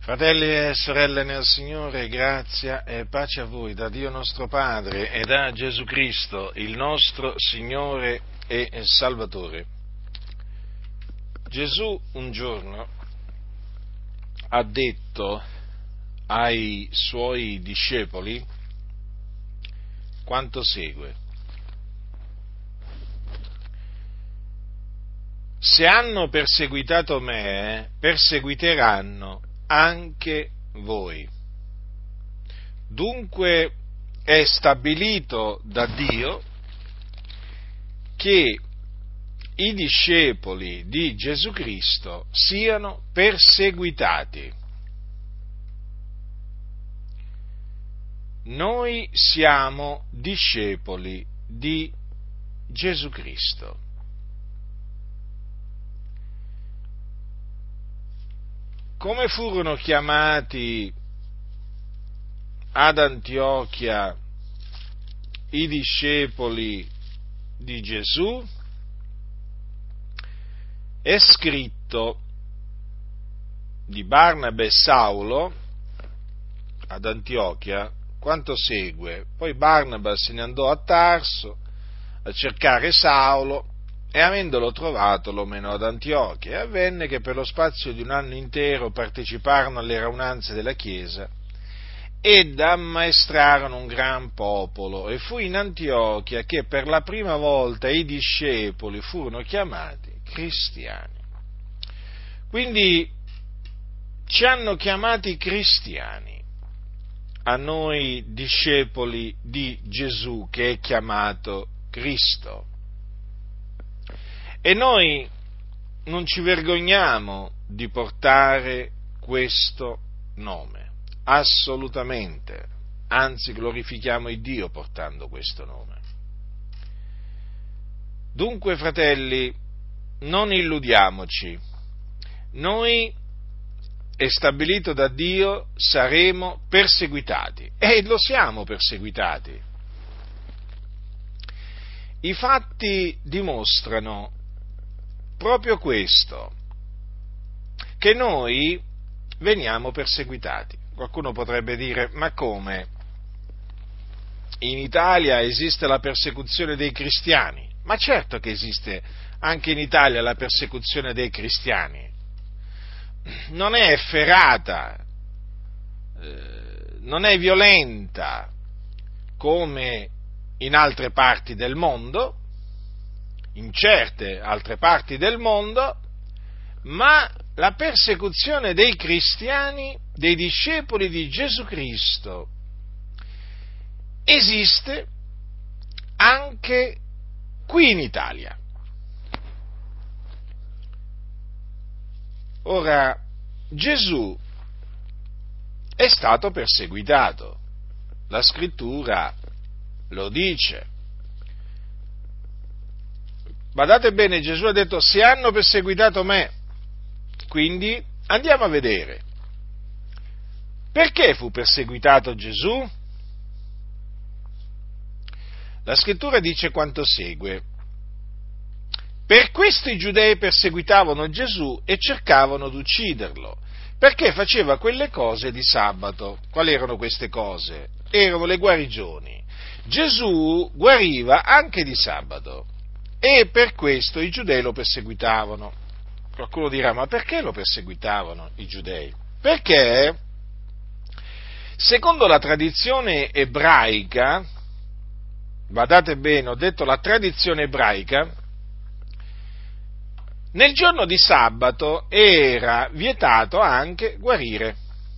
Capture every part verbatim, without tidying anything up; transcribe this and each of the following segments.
Fratelli e sorelle nel Signore, grazia e pace a voi da Dio nostro Padre e da Gesù Cristo, il nostro Signore e Salvatore. Gesù un giorno ha detto ai suoi discepoli quanto segue: se hanno perseguitato me, perseguiteranno anche voi. Dunque è stabilito da Dio che i discepoli di Gesù Cristo siano perseguitati. Noi siamo discepoli di Gesù Cristo. Come furono chiamati ad Antiochia i discepoli di Gesù? È scritto di Barnaba e Saulo ad Antiochia quanto segue: poi Barnaba se ne andò a Tarso a cercare Saulo, e avendolo trovato lo menò ad Antiochia, e avvenne che per lo spazio di un anno intero parteciparono alle raunanze della Chiesa ed ammaestrarono un gran popolo, e fu in Antiochia che per la prima volta i discepoli furono chiamati cristiani. Quindi ci hanno chiamati cristiani, a noi discepoli di Gesù che è chiamato Cristo. E noi non ci vergogniamo di portare questo nome, assolutamente, anzi glorifichiamo il Dio portando questo nome. Dunque, fratelli, non illudiamoci, noi, è stabilito da Dio, saremo perseguitati, e lo siamo perseguitati. I fatti dimostrano proprio questo, che noi veniamo perseguitati. Qualcuno potrebbe dire: ma come? In Italia esiste la persecuzione dei cristiani? Ma certo che esiste anche in Italia la persecuzione dei cristiani. Non è efferata, eh, non è violenta come in altre parti del mondo, in certe altre parti del mondo, ma la persecuzione dei cristiani, dei discepoli di Gesù Cristo, esiste anche qui in Italia. Ora, Gesù è stato perseguitato, la Scrittura lo dice. Badate bene, Gesù ha detto: se hanno perseguitato me, quindi andiamo a vedere. Perché fu perseguitato Gesù? La Scrittura dice quanto segue: per questo i giudei perseguitavano Gesù e cercavano di ucciderlo, perché faceva quelle cose di sabato. Quali erano queste cose? Erano le guarigioni. Gesù guariva anche di sabato, e per questo i giudei lo perseguitavano. Qualcuno dirà: ma perché lo perseguitavano i giudei? Perché, secondo la tradizione ebraica, badate bene, ho detto la tradizione ebraica, nel giorno di sabato era vietato anche guarire.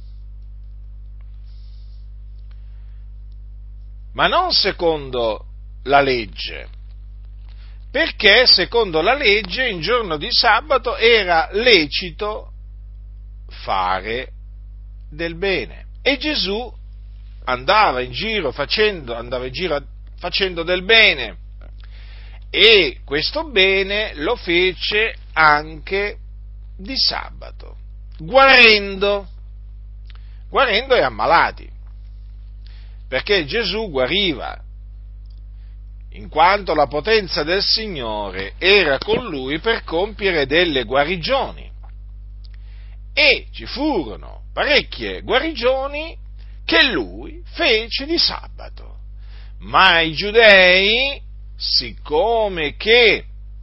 Ma non secondo la legge, perché secondo la legge in giorno di sabato era lecito fare del bene, e Gesù andava in giro facendo, andava in giro facendo del bene, e questo bene lo fece anche di sabato, guarendo, guarendo gli ammalati, perché Gesù guariva, in quanto la potenza del Signore era con lui per compiere delle guarigioni. e ci furono parecchie guarigioni che lui fece di sabato. Ma i giudei, siccome che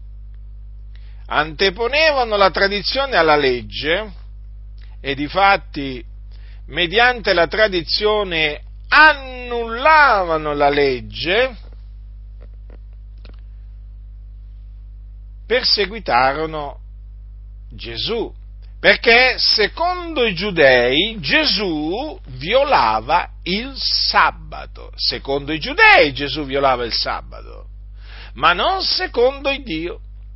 anteponevano la tradizione alla legge, e difatti mediante la tradizione annullavano la legge, perseguitarono Gesù, perché secondo i giudei Gesù violava il sabato. Secondo i giudei Gesù violava il sabato, ma non secondo il Dio,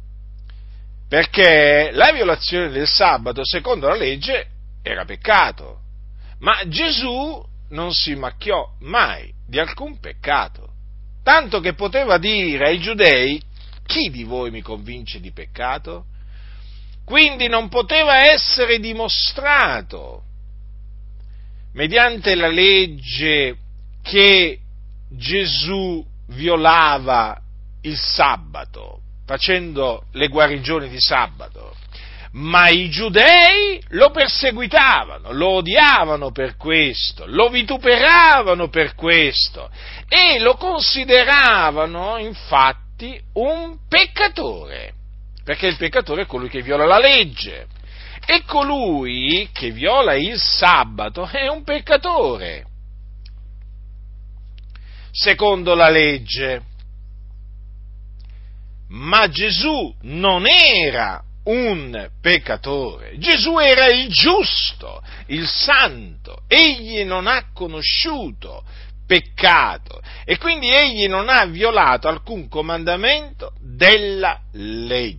perché la violazione del sabato secondo la legge era peccato, ma Gesù non si macchiò mai di alcun peccato, tanto che poteva dire ai giudei: chi di voi mi convince di peccato? Quindi non poteva essere dimostrato mediante la legge che Gesù violava il sabato, facendo le guarigioni di sabato, ma i giudei lo perseguitavano, lo odiavano per questo, lo vituperavano per questo e lo consideravano infatti un peccatore, perché il peccatore è colui che viola la legge e colui che viola il sabato è un peccatore secondo la legge. Ma Gesù non era un peccatore, Gesù era il giusto, il santo, egli non ha conosciuto peccato e quindi egli non ha violato alcun comandamento della legge.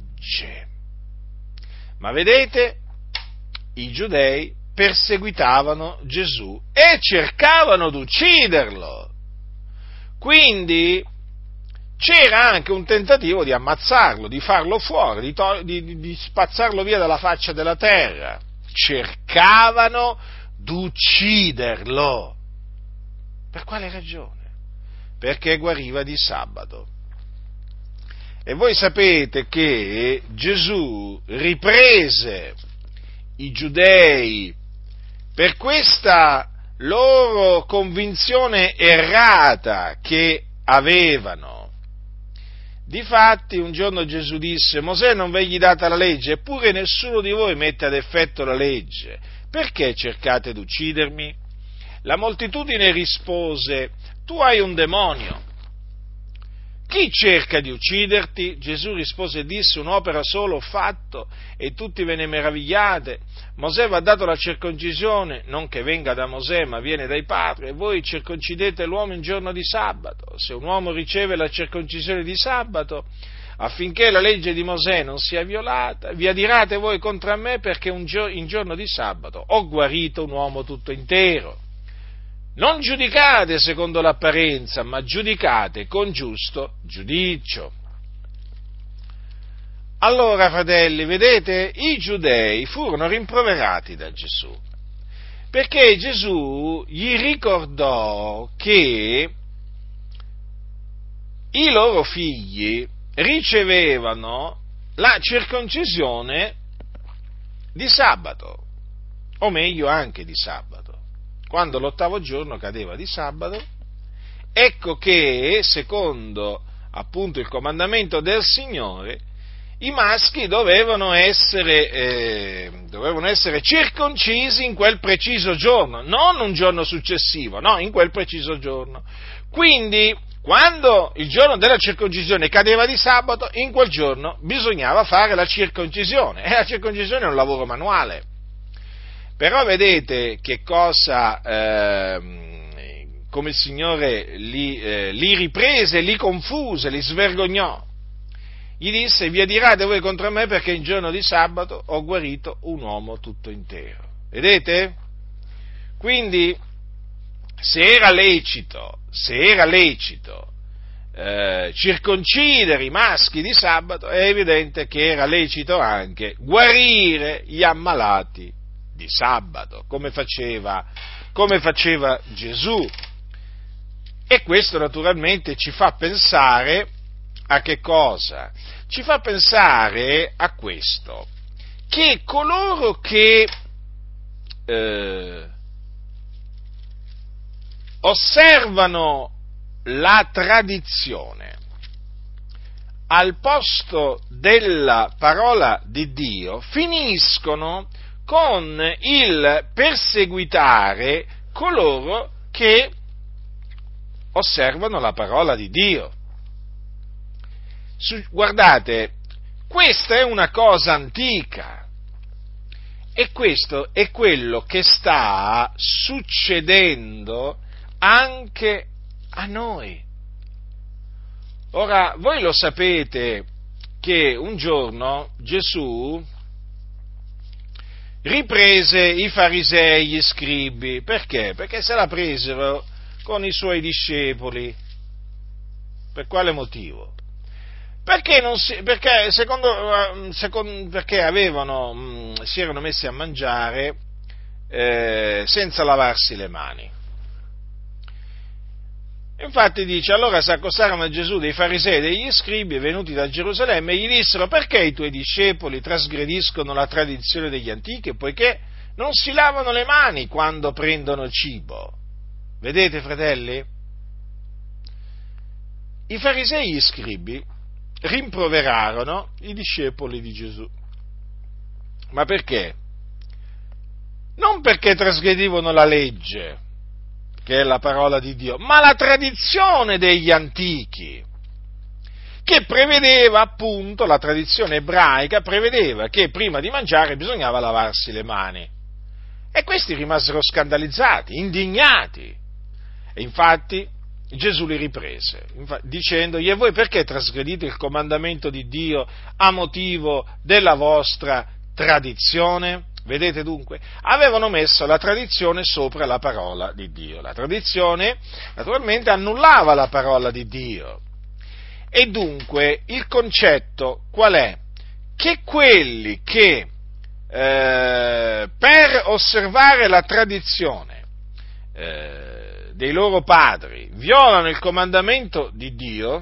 Ma vedete, i giudei perseguitavano Gesù e cercavano di ucciderlo, quindi c'era anche un tentativo di ammazzarlo, di farlo fuori, di, to- di, di spazzarlo via dalla faccia della terra. Cercavano di ucciderlo. Per quale ragione? Perché guariva di sabato. E voi sapete che Gesù riprese i giudei per questa loro convinzione errata che avevano. Difatti un giorno Gesù disse: Mosè non v'egli data la legge, eppure nessuno di voi mette ad effetto la legge. Perché cercate di uccidermi? La moltitudine rispose: tu hai un demonio. Chi cerca di ucciderti? Gesù rispose e disse: un'opera solo ho fatto e tutti ve ne meravigliate. Mosè v'ha dato la circoncisione, non che venga da Mosè ma viene dai padri, e voi circoncidete l'uomo in giorno di sabato. Se un uomo riceve la circoncisione di sabato, affinché la legge di Mosè non sia violata, vi adirate voi contro me perché un gio- in giorno di sabato ho guarito un uomo tutto intero. Non giudicate secondo l'apparenza, ma giudicate con giusto giudizio. Allora, fratelli, vedete, i giudei furono rimproverati da Gesù, perché Gesù gli ricordò che i loro figli ricevevano la circoncisione di sabato, o meglio anche di sabato. Quando l'ottavo giorno cadeva di sabato, ecco che, secondo appunto il comandamento del Signore, i maschi dovevano essere, eh, dovevano essere circoncisi in quel preciso giorno, non un giorno successivo, no, in quel preciso giorno. Quindi, quando il giorno della circoncisione cadeva di sabato, in quel giorno bisognava fare la circoncisione, e la circoncisione è un lavoro manuale. Però vedete che cosa, eh, come il Signore li, eh, li riprese, li confuse, li svergognò. Gli disse: vi adirate voi contro me perché in giorno di sabato ho guarito un uomo tutto intero. Vedete? Quindi, se era lecito, se era lecito eh, circoncidere i maschi di sabato, è evidente che era lecito anche guarire gli ammalati di sabato, come faceva, come faceva Gesù. E questo naturalmente ci fa pensare a che cosa? Ci fa pensare a questo, che coloro che eh, osservano la tradizione al posto della parola di Dio, finiscono con il perseguitare coloro che osservano la parola di Dio. Su, guardate, questa è una cosa antica e questo è quello che sta succedendo anche a noi. Ora, voi lo sapete che un giorno Gesù riprese i farisei, gli scribi, perché? Perché se la presero con i suoi discepoli. Per quale motivo? Perché, non si, perché, secondo, secondo, perché avevano, mh, si erano messi a mangiare eh, senza lavarsi le mani. Infatti dice, allora si accostarono a Gesù dei farisei e degli scribi venuti da Gerusalemme e gli dissero: perché i tuoi discepoli trasgrediscono la tradizione degli antichi, poiché non si lavano le mani quando prendono cibo? Vedete, fratelli? I farisei e gli scribi rimproverarono i discepoli di Gesù. Ma perché? Non perché trasgredivano la legge, che è la parola di Dio, ma la tradizione degli antichi, che prevedeva appunto, la tradizione ebraica prevedeva che prima di mangiare bisognava lavarsi le mani. E questi rimasero scandalizzati, indignati. E infatti Gesù li riprese, dicendogli: e voi perché trasgredite il comandamento di Dio a motivo della vostra tradizione? Vedete dunque, avevano messo la tradizione sopra la parola di Dio. La tradizione naturalmente annullava la parola di Dio. E dunque il concetto qual è? Che quelli che eh, per osservare la tradizione eh, dei loro padri violano il comandamento di Dio,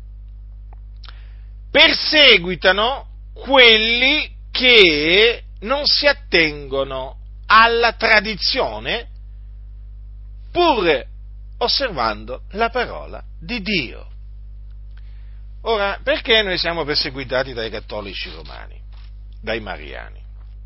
perseguitano quelli che non si attengono alla tradizione pur osservando la parola di Dio. Ora, perché noi siamo perseguitati dai cattolici romani, dai mariani?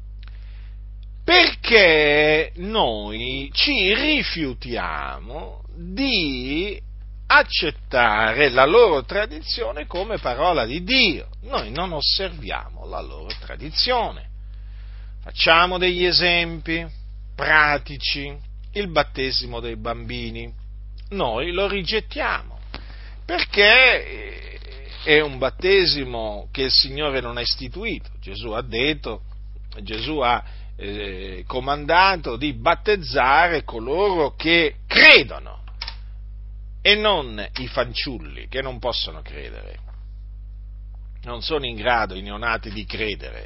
Perché noi ci rifiutiamo di accettare la loro tradizione come parola di Dio. Noi non osserviamo la loro tradizione. Facciamo degli esempi pratici. Il battesimo dei bambini, noi lo rigettiamo, perché è un battesimo che il Signore non ha istituito. Gesù ha detto, Gesù ha eh, comandato di battezzare coloro che credono e non i fanciulli che non possono credere, non sono in grado i neonati di credere.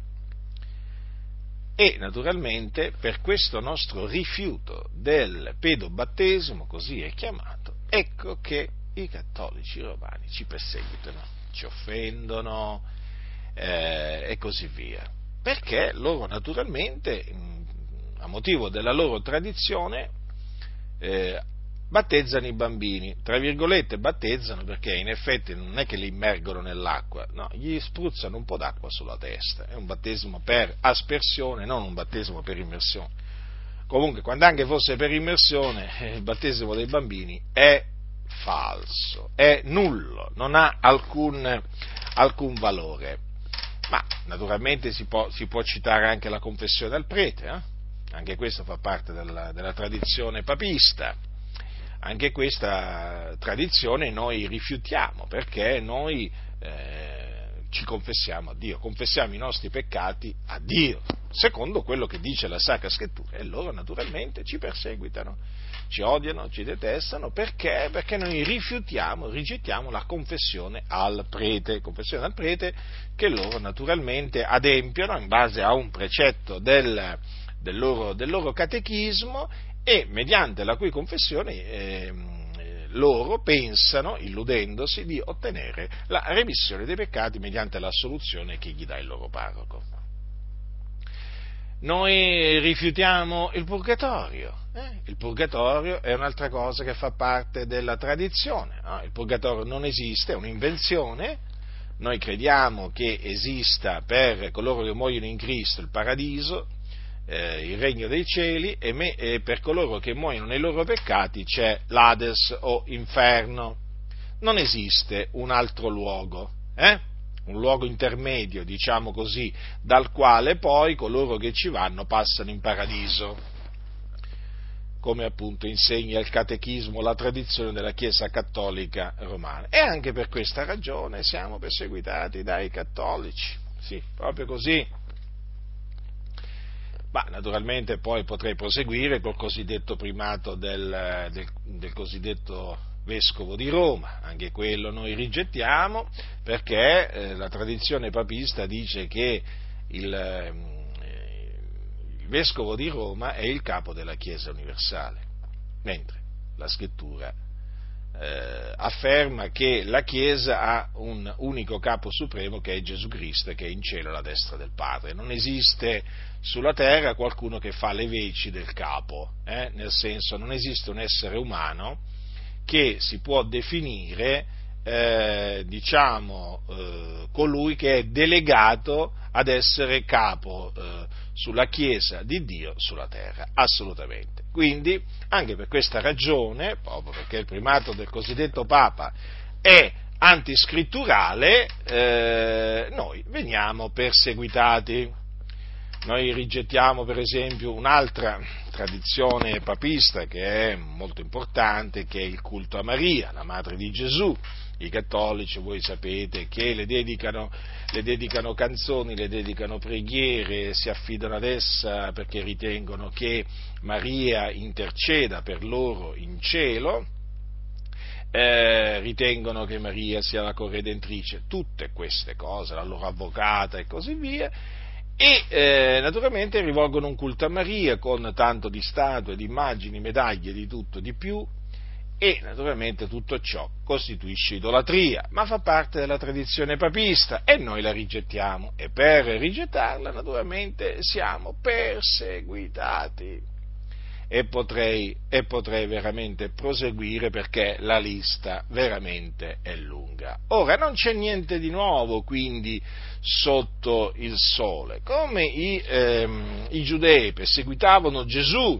E naturalmente per questo nostro rifiuto del pedobattesimo, così è chiamato, ecco che i cattolici romani ci perseguitano, ci offendono eh, e così via, perché loro naturalmente, a motivo della loro tradizione, eh, battezzano i bambini, tra virgolette battezzano, perché in effetti non è che li immergono nell'acqua, no, gli spruzzano un po' d'acqua sulla testa, è un battesimo per aspersione, non un battesimo per immersione. Comunque, quando anche fosse per immersione, il battesimo dei bambini è falso, è nullo, non ha alcun, alcun valore. Ma naturalmente si può, si può citare anche la confessione al prete, eh? Anche questo fa parte della, della tradizione papista. Anche questa tradizione noi rifiutiamo, perché noi eh, ci confessiamo a Dio, confessiamo i nostri peccati a Dio, secondo quello che dice la Sacra Scrittura, e loro naturalmente ci perseguitano, ci odiano, ci detestano, perché? Perché noi rifiutiamo, rigettiamo la confessione al prete, confessione al prete che loro naturalmente adempiono in base a un precetto del, del, loro, del loro catechismo, e mediante la cui confessione eh, loro pensano, illudendosi, di ottenere la remissione dei peccati mediante l'assoluzione che gli dà il loro parroco. noi rifiutiamo il purgatorio. Eh? Il purgatorio è un'altra cosa che fa parte della tradizione. No? Il purgatorio non esiste, è un'invenzione. Noi crediamo che esista per coloro che muoiono in Cristo il paradiso, eh, il regno dei cieli, e, me, e per coloro che muoiono nei loro peccati c'è l'Ades o inferno. Non esiste un altro luogo, eh? un luogo intermedio, diciamo così, dal quale poi coloro che ci vanno passano in paradiso, come appunto insegna il catechismo, la tradizione della Chiesa cattolica romana. E anche per questa ragione siamo perseguitati dai cattolici, sì, proprio così. Ma naturalmente poi potrei proseguire col cosiddetto primato del, del, del cosiddetto vescovo di Roma, anche quello noi rigettiamo, perché eh, la tradizione papista dice che il, eh, il vescovo di Roma è il capo della Chiesa universale, mentre la scrittura eh, afferma che la Chiesa ha un unico capo supremo, che è Gesù Cristo, che è in cielo alla destra del Padre. Non esiste sulla terra qualcuno che fa le veci del capo, eh? nel senso, non esiste un essere umano che si può definire, eh, diciamo, eh, colui che è delegato ad essere capo eh, sulla Chiesa di Dio sulla terra, assolutamente. Quindi, anche per questa ragione, proprio perché il primato del cosiddetto Papa è antiscritturale, eh, noi veniamo perseguitati. Noi rigettiamo per esempio un'altra tradizione papista che è molto importante, che è il culto a Maria, la madre di Gesù. I cattolici, voi sapete, che le dedicano, le dedicano canzoni, le dedicano preghiere, si affidano ad essa perché ritengono che Maria interceda per loro in cielo, eh, ritengono che Maria sia la corredentrice, tutte queste cose, la loro avvocata e così via. E eh, naturalmente rivolgono un culto a Maria con tanto di statue, di immagini, medaglie, di tutto, di più, e naturalmente tutto ciò costituisce idolatria, ma fa parte della tradizione papista e noi la rigettiamo, e per rigettarla naturalmente siamo perseguitati. E potrei, e potrei veramente proseguire, perché la lista veramente è lunga. Ora, non c'è niente di nuovo quindi sotto il sole. Come i, ehm, i giudei perseguitavano Gesù,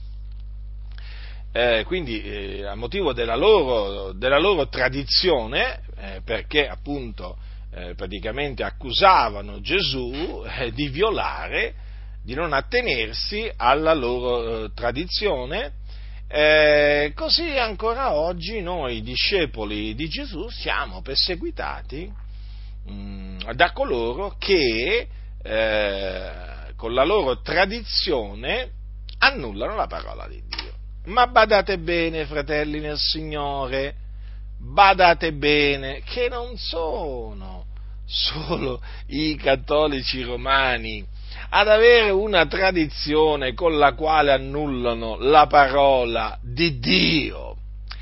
eh, quindi eh, a motivo della loro, della loro tradizione, eh, perché appunto eh, praticamente accusavano Gesù eh, di violare, di non attenersi alla loro eh, tradizione, eh, così ancora oggi noi discepoli di Gesù siamo perseguitati mh, da coloro che eh, con la loro tradizione annullano la parola di Dio. Ma badate bene, fratelli nel Signore, badate bene che non sono solo i cattolici romani ad avere una tradizione con la quale annullano la parola di Dio,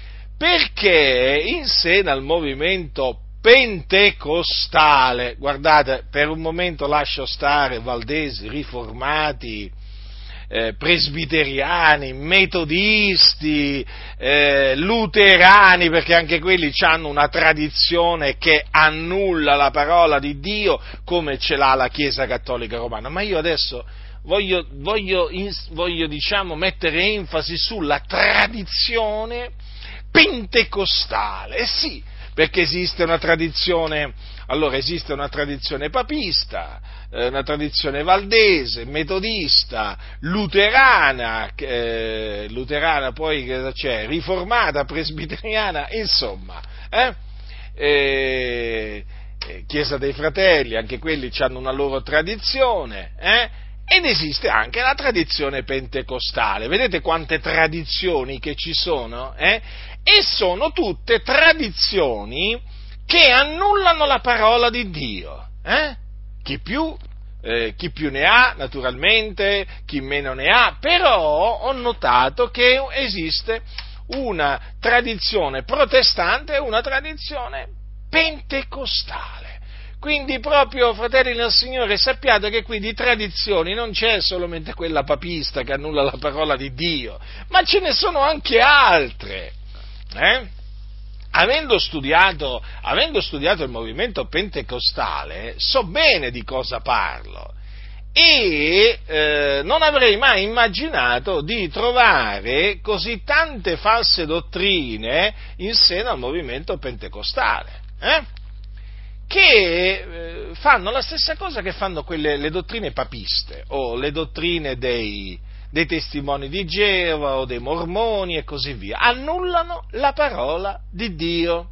perché in seno al movimento pentecostale, guardate, per un momento lascio stare valdesi, riformati, eh, presbiteriani, metodisti, eh, luterani, perché anche quelli hanno una tradizione che annulla la parola di Dio come ce l'ha la Chiesa Cattolica Romana. Ma io adesso voglio, voglio, voglio diciamo, mettere enfasi sulla tradizione pentecostale. Eh sì, perché esiste una tradizione, allora esiste una tradizione papista, eh, una tradizione valdese, metodista, luterana, eh, luterana poi che c'è, riformata, presbiteriana, insomma, eh? Eh, Chiesa dei Fratelli, anche quelli hanno una loro tradizione, eh? Ed esiste anche la tradizione pentecostale. Vedete quante tradizioni che ci sono? Eh? E sono tutte tradizioni che annullano la parola di Dio. Eh? Chi più, eh, chi più ne ha, naturalmente, chi meno ne ha, però ho notato che esiste una tradizione protestante e una tradizione pentecostale. Quindi proprio, fratelli nel Signore, sappiate che qui di tradizioni non c'è solamente quella papista che annulla la parola di Dio, ma ce ne sono anche altre. Eh? Avendo studiato, avendo studiato il movimento pentecostale, so bene di cosa parlo. E eh, non avrei mai immaginato di trovare così tante false dottrine in seno al movimento pentecostale, eh? che eh, fanno la stessa cosa che fanno quelle, le dottrine papiste, o le dottrine dei, dei testimoni di Geova, o dei mormoni, e così via. Annullano la parola di Dio.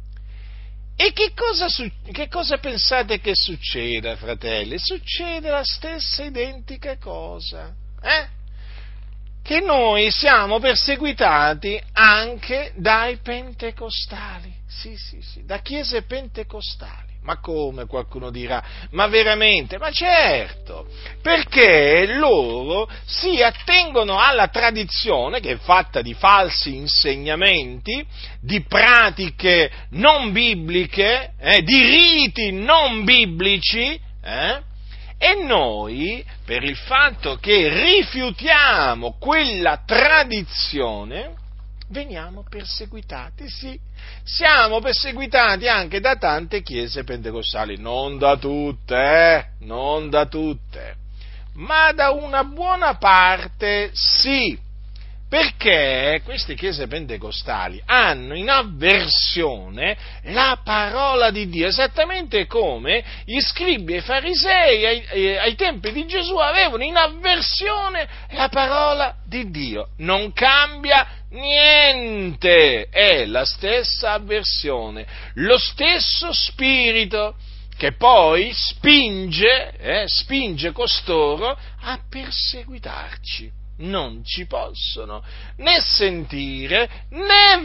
E che cosa, che cosa pensate che succeda, fratelli? Succede la stessa identica cosa, eh? Che noi siamo perseguitati anche dai pentecostali, sì, sì, sì, da chiese pentecostali. Ma come, qualcuno dirà? Ma veramente? Ma certo, perché loro si attengono alla tradizione, che è fatta di falsi insegnamenti, di pratiche non bibliche, eh, di riti non biblici, eh, e noi, per il fatto che rifiutiamo quella tradizione, veniamo perseguitati, sì, siamo perseguitati anche da tante chiese pentecostali, non da tutte, eh, non da tutte, ma da una buona parte sì, perché queste chiese pentecostali hanno in avversione la parola di Dio, esattamente come gli scribi e i farisei ai, ai tempi di Gesù avevano in avversione la parola di Dio. Non cambia niente, è la stessa avversione, lo stesso spirito che poi spinge, eh, spinge costoro a perseguitarci. Non ci possono né sentire né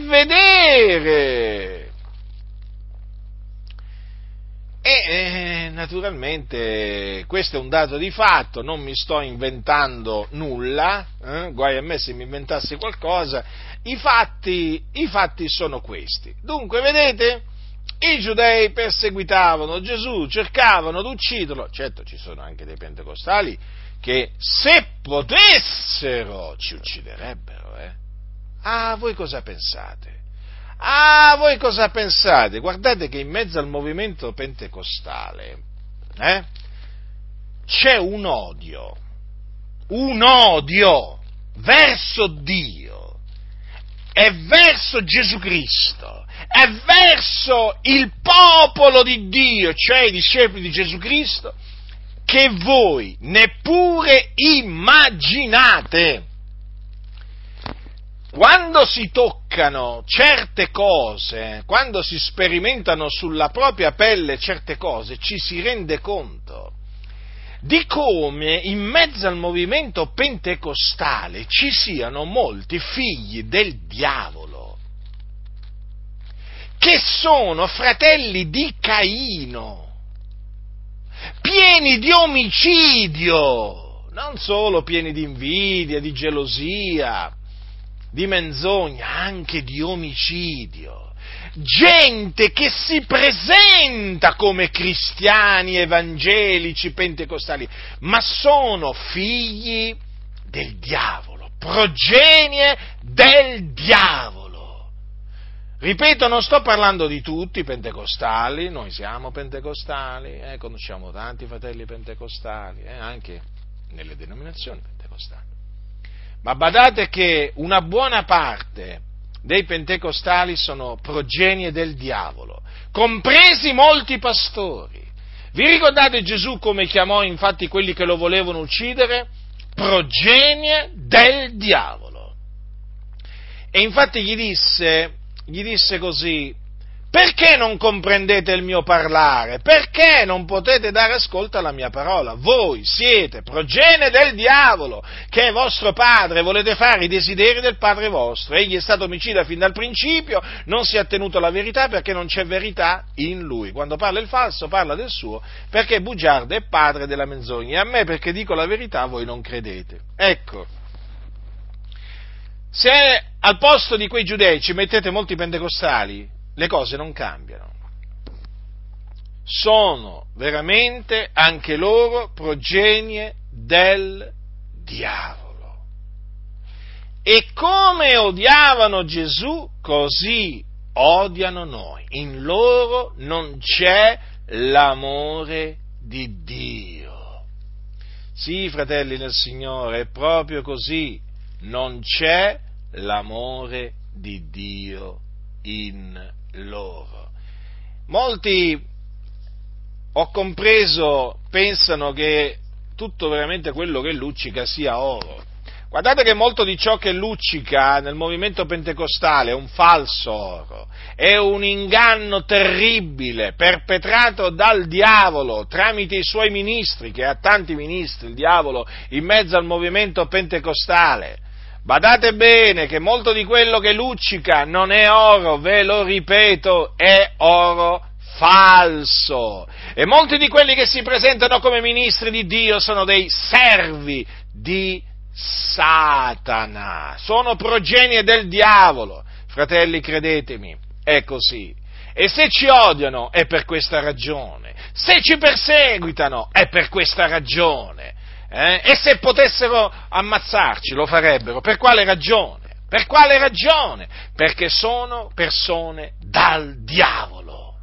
vedere. E eh, naturalmente questo è un dato di fatto, non mi sto inventando nulla, eh? Guai a me se mi inventassi qualcosa, i fatti, i fatti sono questi. Dunque, vedete, i giudei perseguitavano Gesù, cercavano di ucciderlo, certo ci sono anche dei pentecostali che se potessero ci ucciderebbero, eh? Ah, voi cosa pensate? Ah, voi cosa pensate? Guardate che in mezzo al movimento pentecostale eh, c'è un odio, un odio verso Dio, è verso Gesù Cristo, è verso il popolo di Dio, cioè i discepoli di Gesù Cristo, che voi neppure immaginate. Quando si toccano certe cose, quando si sperimentano sulla propria pelle certe cose, ci si rende conto di come in mezzo al movimento pentecostale ci siano molti figli del diavolo, che sono fratelli di Caino, pieni di omicidio, non solo pieni di invidia, di gelosia, di menzogna, anche di omicidio. Gente che si presenta come cristiani evangelici pentecostali, ma sono figli del diavolo, progenie del diavolo. Ripeto, non sto parlando di tutti i pentecostali, noi siamo pentecostali, eh, conosciamo tanti fratelli pentecostali, eh, anche nelle denominazioni pentecostali. Ma badate che una buona parte dei pentecostali sono progenie del diavolo, compresi molti pastori. Vi ricordate Gesù come chiamò infatti quelli che lo volevano uccidere? Progenie del diavolo. E infatti gli disse, gli disse così: perché non comprendete il mio parlare? Perché non potete dare ascolto alla mia parola? Voi siete progenie del diavolo, che è vostro padre, volete fare i desideri del padre vostro. Egli è stato omicida fin dal principio, non si è attenuto alla verità perché non c'è verità in lui. Quando parla il falso, parla del suo, perché bugiardo è padre della menzogna. E a me, perché dico la verità, voi non credete. Ecco, se al posto di quei giudei ci mettete molti pentecostali, le cose non cambiano. sono veramente anche loro progenie del diavolo. E come odiavano Gesù, così odiano noi. In loro non c'è l'amore di Dio. Sì, fratelli nel Signore, è proprio così. Non c'è l'amore di Dio in loro. Molti, ho compreso, pensano che tutto veramente quello che luccica sia oro. Guardate che molto di ciò che luccica nel movimento pentecostale è un falso oro, è un inganno terribile perpetrato dal diavolo tramite i suoi ministri, che ha tanti ministri, il diavolo, in mezzo al movimento pentecostale. Badate bene che molto di quello che luccica non è oro, ve lo ripeto, è oro falso. E molti di quelli che si presentano come ministri di Dio sono dei servi di Satana, sono progenie del diavolo. Fratelli, credetemi, è così. E se ci odiano è per questa ragione, se ci perseguitano è per questa ragione, eh? E se potessero ammazzarci lo farebbero. Per quale ragione? Per quale ragione? Perché sono persone dal diavolo.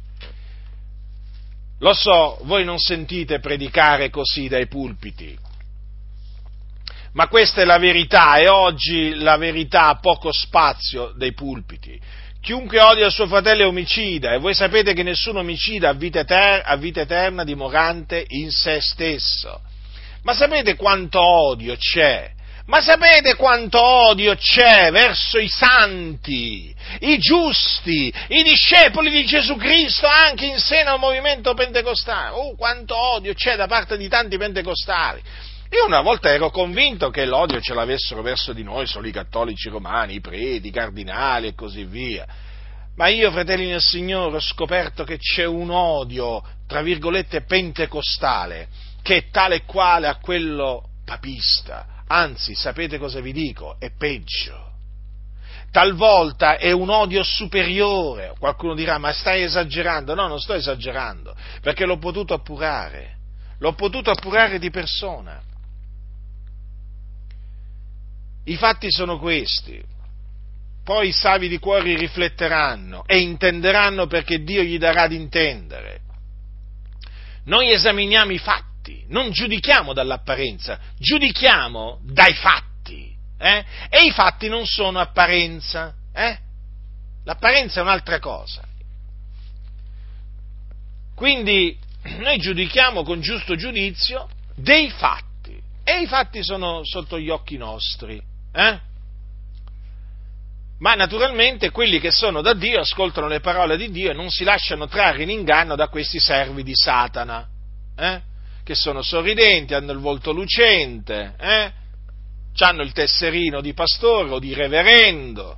Lo so, voi non sentite predicare così dai pulpiti, ma questa è la verità, e oggi la verità ha poco spazio dai pulpiti. Chiunque odia il suo fratello è omicida, e voi sapete che nessun omicida ha vita, eter- ha vita eterna dimorante in se stesso. Ma sapete quanto odio c'è? Ma sapete quanto odio c'è verso i santi, i giusti, i discepoli di Gesù Cristo, anche in seno al movimento pentecostale? Oh, quanto odio c'è da parte di tanti pentecostali! Io una volta ero convinto che l'odio ce l'avessero verso di noi solo i cattolici romani, i preti, i cardinali e così via. Ma io, fratelli nel Signore, ho scoperto che c'è un odio, tra virgolette, pentecostale, che è tale e quale a quello papista. Anzi, sapete cosa vi dico? È peggio. Talvolta è un odio superiore. Qualcuno dirà, ma stai esagerando? No, non sto esagerando, perché l'ho potuto appurare. L'ho potuto appurare di persona. I fatti sono questi, poi i savi di cuore rifletteranno e intenderanno perché Dio gli darà di intendere. Noi esaminiamo i fatti, non giudichiamo dall'apparenza, giudichiamo dai fatti, eh? E i fatti non sono apparenza, eh? L'apparenza è un'altra cosa. Quindi noi giudichiamo con giusto giudizio dei fatti, e i fatti sono sotto gli occhi nostri. Eh? Ma naturalmente quelli che sono da Dio ascoltano le parole di Dio e non si lasciano trarre in inganno da questi servi di Satana, eh? Che sono sorridenti, hanno il volto lucente, eh? Hanno il tesserino di pastore o di reverendo,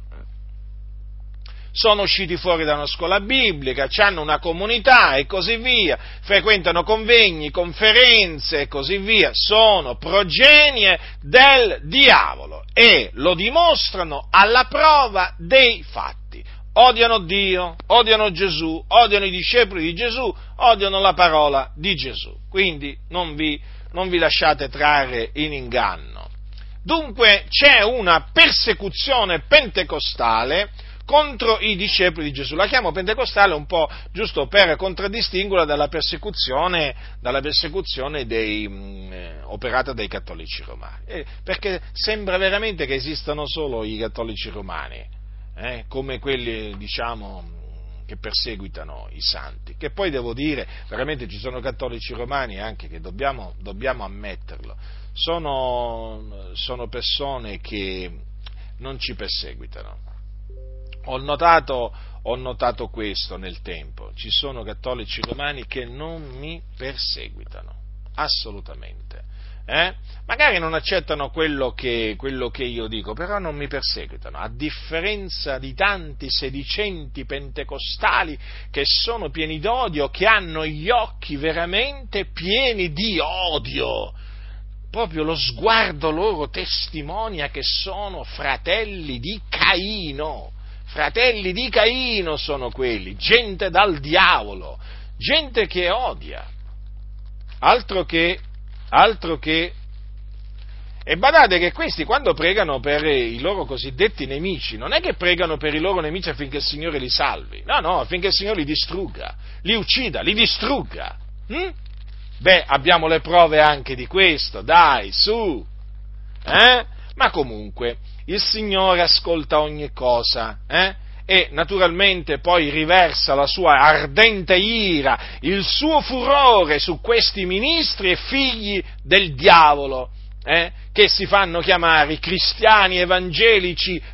sono usciti fuori da una scuola biblica, hanno una comunità e così via, frequentano convegni, conferenze e così via, sono progenie del diavolo e lo dimostrano alla prova dei fatti. Odiano Dio, odiano Gesù, odiano i discepoli di Gesù, odiano la parola di Gesù. Quindi non vi, non vi lasciate trarre in inganno. Dunque c'è una persecuzione pentecostale contro i discepoli di Gesù. La chiamo pentecostale un po' giusto per contraddistinguerla dalla persecuzione, dalla persecuzione dei, mh, operata dai cattolici romani, eh, perché sembra veramente che esistano solo i cattolici romani, eh, come quelli, diciamo, che perseguitano i santi, che poi devo dire, veramente ci sono cattolici romani anche che dobbiamo, dobbiamo ammetterlo, sono, sono persone che non ci perseguitano. Ho notato, ho notato questo nel tempo, ci sono cattolici romani che non mi perseguitano, assolutamente, eh? Magari non accettano quello che, quello che io dico, però non mi perseguitano, a differenza di tanti sedicenti pentecostali che sono pieni d'odio, che hanno gli occhi veramente pieni di odio. Proprio lo sguardo loro testimonia che sono fratelli di Caino. Fratelli di Caino sono quelli, gente dal diavolo, gente che odia, altro che, altro che, e badate che questi quando pregano per i loro cosiddetti nemici, non è che pregano per i loro nemici affinché il Signore li salvi, no, no, affinché il Signore li distrugga, li uccida, li distrugga. Hm? Beh, abbiamo le prove anche di questo, dai, su, eh? Ma comunque, il Signore ascolta ogni cosa, eh? E naturalmente poi riversa la sua ardente ira, il suo furore su questi ministri e figli del diavolo, eh? Che si fanno chiamare cristiani evangelici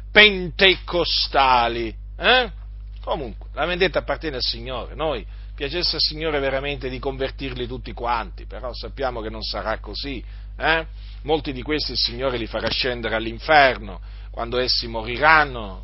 pentecostali, eh? Comunque, la vendetta appartiene al Signore, noi piacesse al Signore veramente di convertirli tutti quanti, però sappiamo che non sarà così, eh? Molti di questi il Signore li farà scendere all'inferno, quando essi moriranno.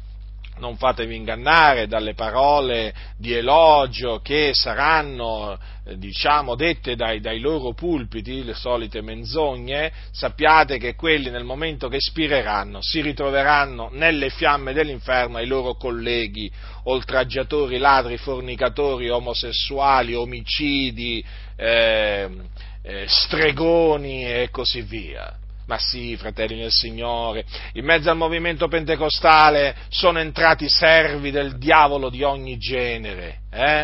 Non fatevi ingannare dalle parole di elogio che saranno, eh, diciamo, dette dai, dai loro pulpiti, le solite menzogne. Sappiate che quelli nel momento che spireranno si ritroveranno nelle fiamme dell'inferno ai loro colleghi, oltraggiatori, ladri, fornicatori, omosessuali, omicidi, eh, eh, stregoni e così via. Ma sì, fratelli nel Signore, in mezzo al movimento pentecostale sono entrati servi del diavolo di ogni genere, eh?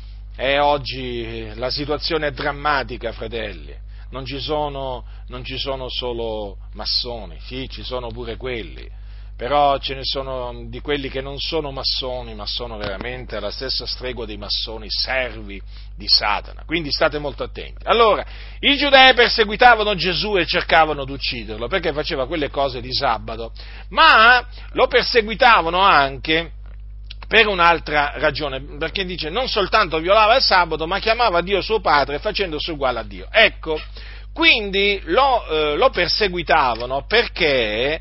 E oggi la situazione è drammatica, fratelli, non ci sono, non ci sono solo massoni, sì, ci sono pure quelli, però ce ne sono di quelli che non sono massoni, ma sono veramente alla stessa stregua dei massoni, servi di Satana, quindi state molto attenti. Allora, i giudei perseguitavano Gesù e cercavano di ucciderlo, perché faceva quelle cose di sabato, ma lo perseguitavano anche per un'altra ragione, perché dice non soltanto violava il sabato, ma chiamava Dio suo padre facendosi uguale a Dio. Ecco, quindi lo, eh, lo perseguitavano perché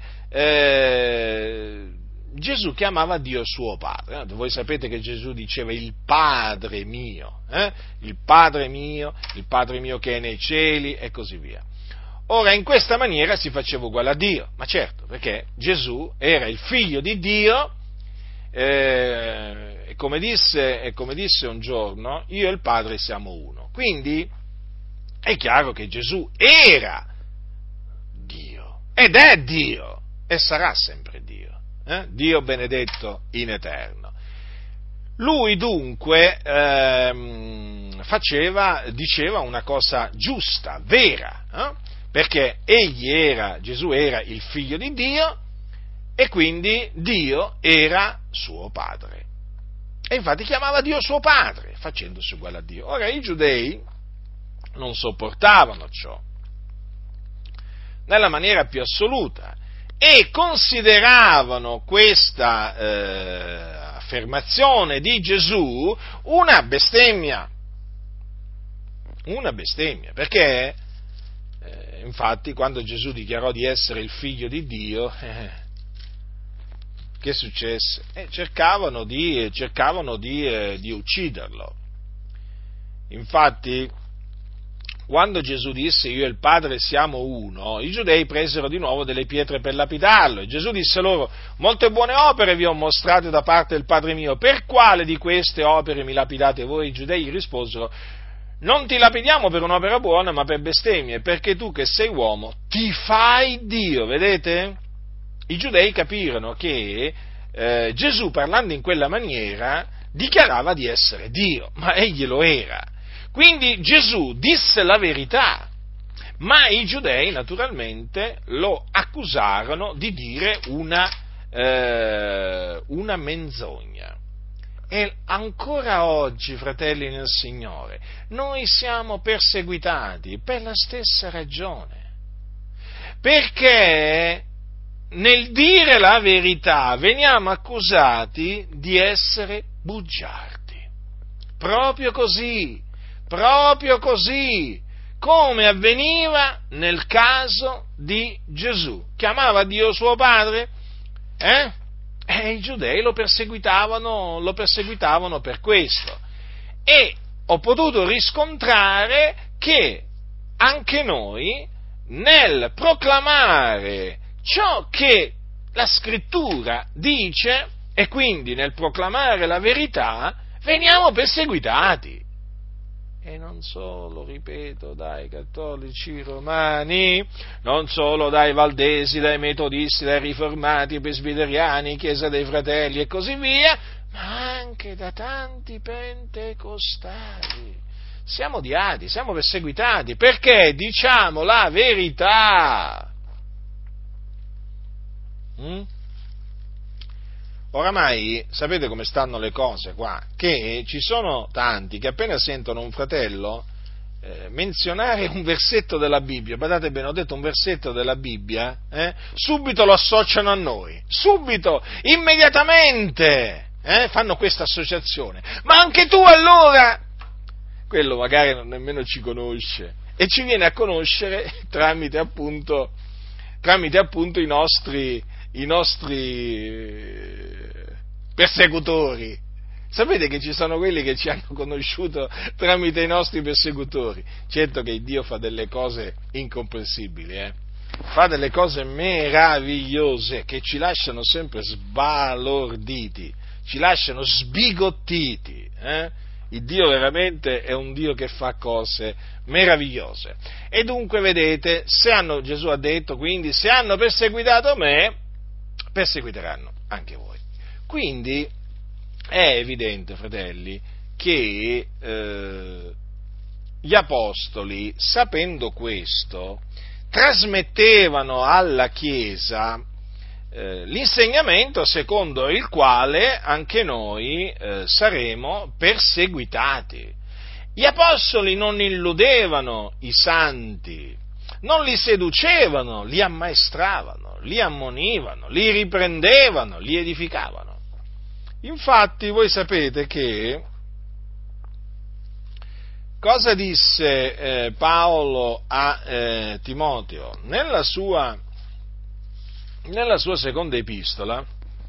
Eh, Gesù chiamava Dio suo padre. Voi sapete che Gesù diceva il Padre mio, eh? il Padre mio, il Padre mio che è nei cieli e così via. Ora, in questa maniera si faceva uguale a Dio, ma certo, perché Gesù era il figlio di Dio, eh, e, come disse, e come disse un giorno, io e il Padre siamo uno. Quindi è chiaro che Gesù era Dio ed è Dio. E sarà sempre Dio, eh? Dio benedetto in eterno. Lui dunque ehm, faceva, diceva una cosa giusta, vera, eh? Perché egli era, Gesù era il figlio di Dio e quindi Dio era suo padre. E infatti chiamava Dio suo padre, facendosi uguale a Dio. Ora i giudei non sopportavano ciò, nella maniera più assoluta, e consideravano questa eh, affermazione di Gesù una bestemmia, una bestemmia, perché eh, infatti quando Gesù dichiarò di essere il figlio di Dio, eh, che successe? Eh, cercavano di, cercavano di, eh, di ucciderlo. Infatti, quando Gesù disse io e il Padre siamo uno, i giudei presero di nuovo delle pietre per lapidarlo, e Gesù disse loro, molte buone opere vi ho mostrate da parte del Padre mio, per quale di queste opere mi lapidate voi? I giudei gli risposero, non ti lapidiamo per un'opera buona, ma per bestemmie, perché tu che sei uomo ti fai Dio, vedete? I giudei capirono che eh, Gesù, parlando in quella maniera, dichiarava di essere Dio, ma egli lo era. Quindi Gesù disse la verità, ma i giudei naturalmente lo accusarono di dire una, eh, una menzogna. E ancora oggi, fratelli nel Signore, noi siamo perseguitati per la stessa ragione, perché nel dire la verità veniamo accusati di essere bugiardi, proprio così. Proprio così, come avveniva nel caso di Gesù. Chiamava Dio suo padre, eh? E i giudei lo perseguitavano, lo perseguitavano per questo. E ho potuto riscontrare che anche noi, nel proclamare ciò che la Scrittura dice, e quindi nel proclamare la verità, veniamo perseguitati. e non solo, ripeto, dai cattolici romani, non solo dai valdesi, dai metodisti, dai riformati, presbiteriani, Chiesa dei Fratelli e così via, ma anche da tanti pentecostali. Siamo odiati, siamo perseguitati, perché diciamo la verità. Mm? Oramai sapete come stanno le cose qua? Che ci sono tanti che appena sentono un fratello eh, menzionare un versetto della Bibbia, badate bene, ho detto un versetto della Bibbia, eh, subito lo associano a noi, subito, immediatamente, eh, fanno questa associazione. Ma anche tu allora? Quello magari non nemmeno ci conosce e ci viene a conoscere tramite appunto, tramite appunto i nostri, i nostri persecutori. Sapete che ci sono quelli che ci hanno conosciuto tramite i nostri persecutori. Certo che Dio fa delle cose incomprensibili, eh? Fa delle cose meravigliose che ci lasciano sempre sbalorditi, ci lasciano sbigottiti, eh? Il Dio veramente è un Dio che fa cose meravigliose. E dunque, vedete, se hanno, Gesù ha detto, quindi, se hanno perseguitato me, perseguiteranno anche voi. Quindi è evidente, fratelli, che eh, gli apostoli, sapendo questo, trasmettevano alla Chiesa eh, l'insegnamento secondo il quale anche noi eh, saremo perseguitati. Gli apostoli non illudevano i santi, non li seducevano, li ammaestravano, li ammonivano, li riprendevano, li edificavano. Infatti voi sapete che cosa disse eh, Paolo a eh, Timoteo nella sua, nella sua seconda epistola.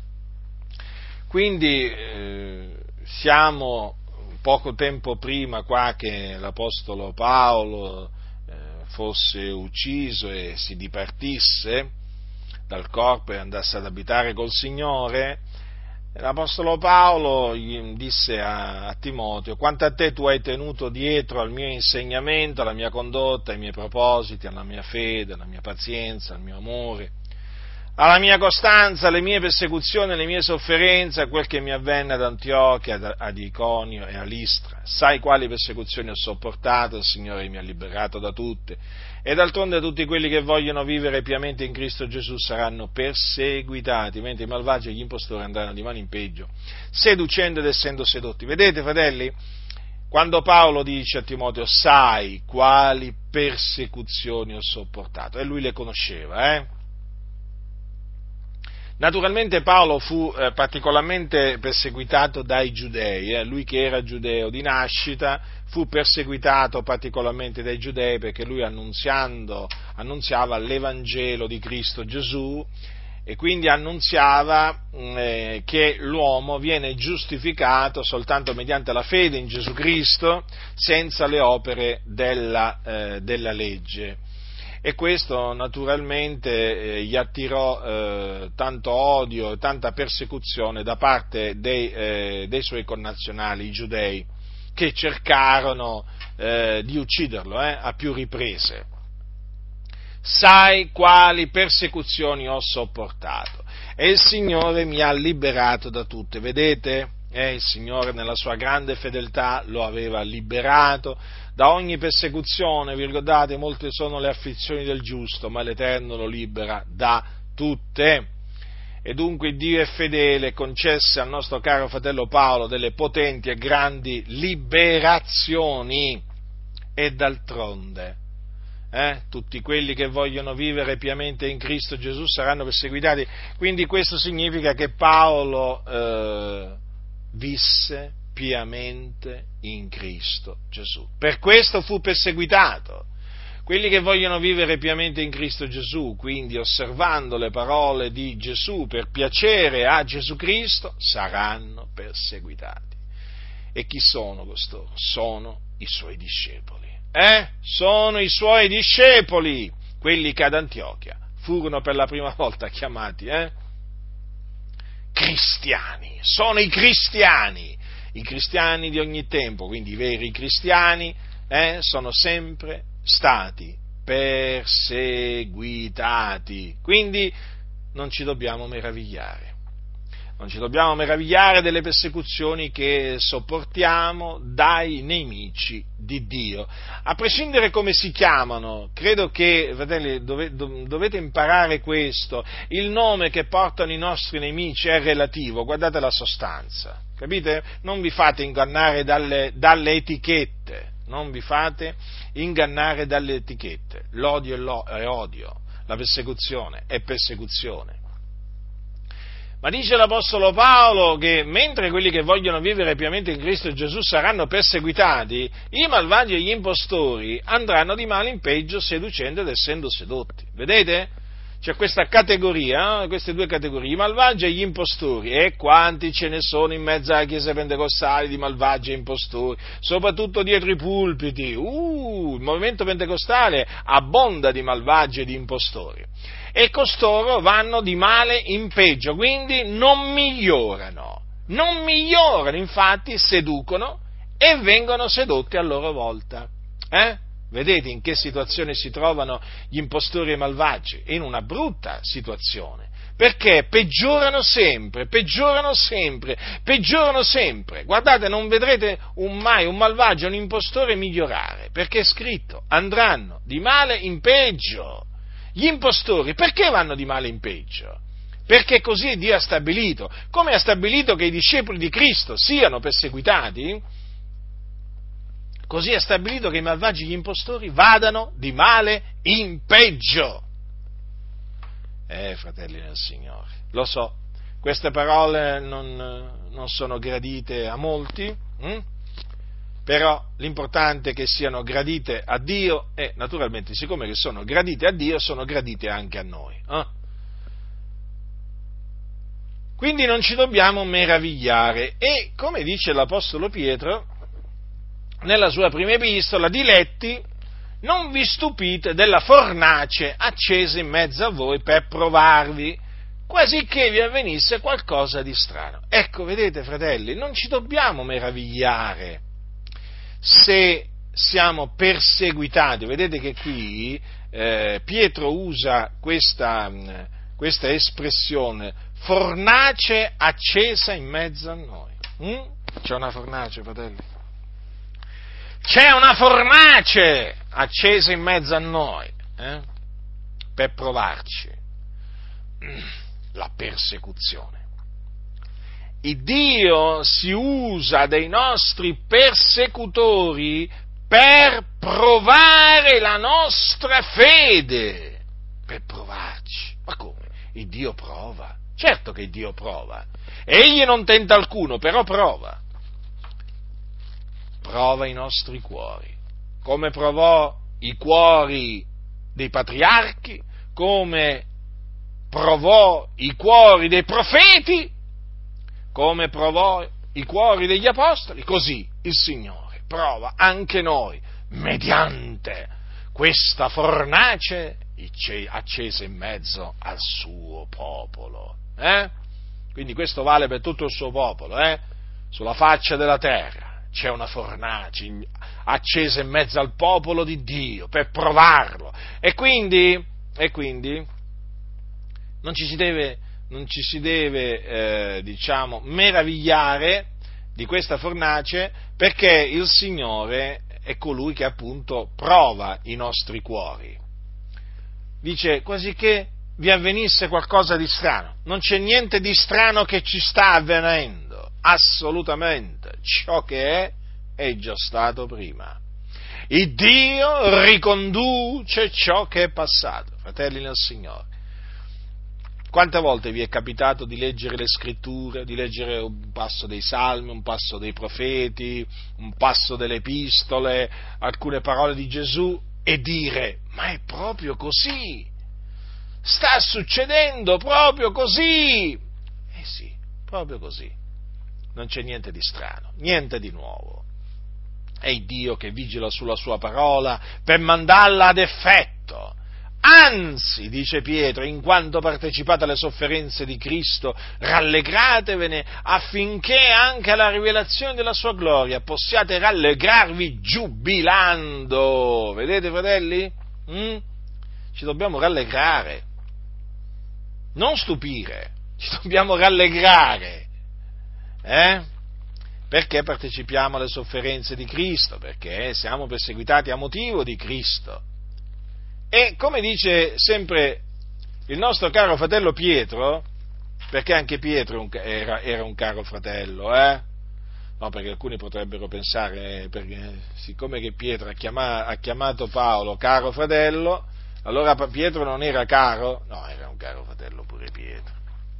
Quindi eh, siamo poco tempo prima qua che l'apostolo Paolo eh, fosse ucciso e si dipartisse dal corpo e andasse ad abitare col Signore. L'apostolo Paolo gli disse a, a Timoteo: quanto a te tu hai tenuto dietro al mio insegnamento, alla mia condotta, ai miei propositi, alla mia fede, alla mia pazienza, al mio amore, alla mia costanza, alle mie persecuzioni, alle mie sofferenze, a quel che mi avvenne ad Antiochia, ad, ad Iconio e a Listra. Sai quali persecuzioni ho sopportato, il Signore mi ha liberato da tutte. E d'altronde tutti quelli che vogliono vivere piamente in Cristo Gesù saranno perseguitati, mentre i malvagi e gli impostori andranno di mano in peggio, seducendo ed essendo sedotti. Vedete, fratelli, quando Paolo dice a Timoteo: sai quali persecuzioni ho sopportato, e lui le conosceva, eh? Naturalmente Paolo fu eh, particolarmente perseguitato dai giudei, eh? Lui che era giudeo di nascita fu perseguitato particolarmente dai giudei perché lui annunziando, annunziava l'Evangelo di Cristo Gesù e quindi annunziava eh, che l'uomo viene giustificato soltanto mediante la fede in Gesù Cristo, senza le opere della, eh, della legge. E questo naturalmente eh, gli attirò eh, tanto odio e tanta persecuzione da parte dei, eh, dei suoi connazionali, i giudei, che cercarono eh, di ucciderlo eh, a più riprese. Sai quali persecuzioni ho sopportato e il Signore mi ha liberato da tutte. Vedete? Eh, il Signore nella sua grande fedeltà lo aveva liberato da ogni persecuzione. Vi ricordate? Molte sono le afflizioni del giusto, ma l'Eterno lo libera da tutte. E dunque Dio è fedele e concesse al nostro caro fratello Paolo delle potenti e grandi liberazioni. E d'altronde eh, tutti quelli che vogliono vivere piamente in Cristo Gesù saranno perseguitati. Quindi questo significa che Paolo eh, visse piamente in Cristo Gesù. Per questo fu perseguitato. Quelli che vogliono vivere piamente in Cristo Gesù, quindi osservando le parole di Gesù per piacere a Gesù Cristo, saranno perseguitati. E chi sono costoro? Sono i suoi discepoli. Eh? Sono i suoi discepoli, quelli che ad Antiochia furono per la prima volta chiamati eh? cristiani. Sono i cristiani. I cristiani di ogni tempo, quindi i veri cristiani, eh, sono sempre stati perseguitati. Quindi non ci dobbiamo meravigliare. Non ci dobbiamo meravigliare delle persecuzioni che sopportiamo dai nemici di Dio. A prescindere come si chiamano, credo che, fratelli, dove, dovete imparare questo, il nome che portano i nostri nemici è relativo, guardate la sostanza, capite? Non vi fate ingannare dalle, dalle etichette, non vi fate ingannare dalle etichette. L'odio è, lo, è odio, la persecuzione è persecuzione. Ma dice l'Apostolo Paolo che mentre quelli che vogliono vivere pienamente in Cristo Gesù saranno perseguitati, i malvagi e gli impostori andranno di male in peggio seducendo ed essendo sedotti. Vedete? C'è questa categoria, eh? queste due categorie, i malvagi e gli impostori. E quanti ce ne sono in mezzo alla Chiesa pentecostale di malvagi e impostori, soprattutto dietro i pulpiti. Uh, il movimento pentecostale abbonda di malvagi e di impostori. E costoro vanno di male in peggio, quindi non migliorano, non migliorano, infatti seducono e vengono sedotti a loro volta. Eh? Vedete in che situazione si trovano gli impostori e i malvagi? In una brutta situazione, perché peggiorano sempre, peggiorano sempre, peggiorano sempre. Guardate, non vedrete un, mai un malvagio o un impostore migliorare, perché è scritto, andranno di male in peggio. Gli impostori perché vanno di male in peggio? Perché così Dio ha stabilito. Come ha stabilito che i discepoli di Cristo siano perseguitati, così ha stabilito che i malvagi e gli impostori vadano di male in peggio. Eh, fratelli del Signore, lo so, queste parole non, non sono gradite a molti, hm? Però l'importante è che siano gradite a Dio e naturalmente siccome che sono gradite a Dio sono gradite anche a noi. Eh? Quindi non ci dobbiamo meravigliare e come dice l'Apostolo Pietro nella sua prima epistola, diletti, non vi stupite della fornace accesa in mezzo a voi per provarvi, quasi che vi avvenisse qualcosa di strano. Ecco, vedete fratelli, non ci dobbiamo meravigliare se siamo perseguitati. Vedete che qui eh, Pietro usa questa, questa espressione, fornace accesa in mezzo a noi. Mm? C'è una fornace, fratelli? C'è una fornace accesa in mezzo a noi, eh? per provarci. La persecuzione. Il Dio si usa dei nostri persecutori per provare la nostra fede, per provarci. Ma come? Il Dio prova? Certo che il Dio prova. Egli non tenta alcuno, però prova. Prova i nostri cuori, come provò i cuori dei patriarchi, come provò i cuori dei profeti, come provò i cuori degli apostoli, così il Signore prova anche noi, mediante questa fornace accesa in mezzo al suo popolo. Eh? Quindi questo vale per tutto il suo popolo, eh? Sulla faccia della terra c'è una fornace accesa in mezzo al popolo di Dio per provarlo, e quindi, e quindi non ci si deve non ci si deve, eh, diciamo, meravigliare di questa fornace, perché il Signore è colui che appunto prova i nostri cuori. Dice, quasi che vi avvenisse qualcosa di strano. Non c'è niente di strano che ci sta avvenendo, assolutamente. Ciò che è, è già stato prima. Il Dio riconduce ciò che è passato, fratelli nel Signore. Quante volte vi è capitato di leggere le scritture, di leggere un passo dei salmi, un passo dei profeti, un passo delle epistole, alcune parole di Gesù e dire, ma è proprio così, sta succedendo proprio così, eh sì, proprio così, non c'è niente di strano, niente di nuovo, è il Dio che vigila sulla sua parola per mandarla ad effetto, Anzi, dice Pietro, in quanto partecipate alle sofferenze di Cristo, rallegratevene affinché anche alla rivelazione della sua gloria possiate rallegrarvi giubilando. Vedete, fratelli? Mm? Ci dobbiamo rallegrare, non stupire, ci dobbiamo rallegrare, eh? Perché partecipiamo alle sofferenze di Cristo, perché siamo perseguitati a motivo di Cristo. E come dice sempre il nostro caro fratello Pietro, perché anche Pietro era, era un caro fratello, eh? No, perché alcuni potrebbero pensare, perché, siccome che Pietro ha, chiama, ha chiamato Paolo caro fratello, allora Pietro non era caro? No, era un caro fratello pure Pietro.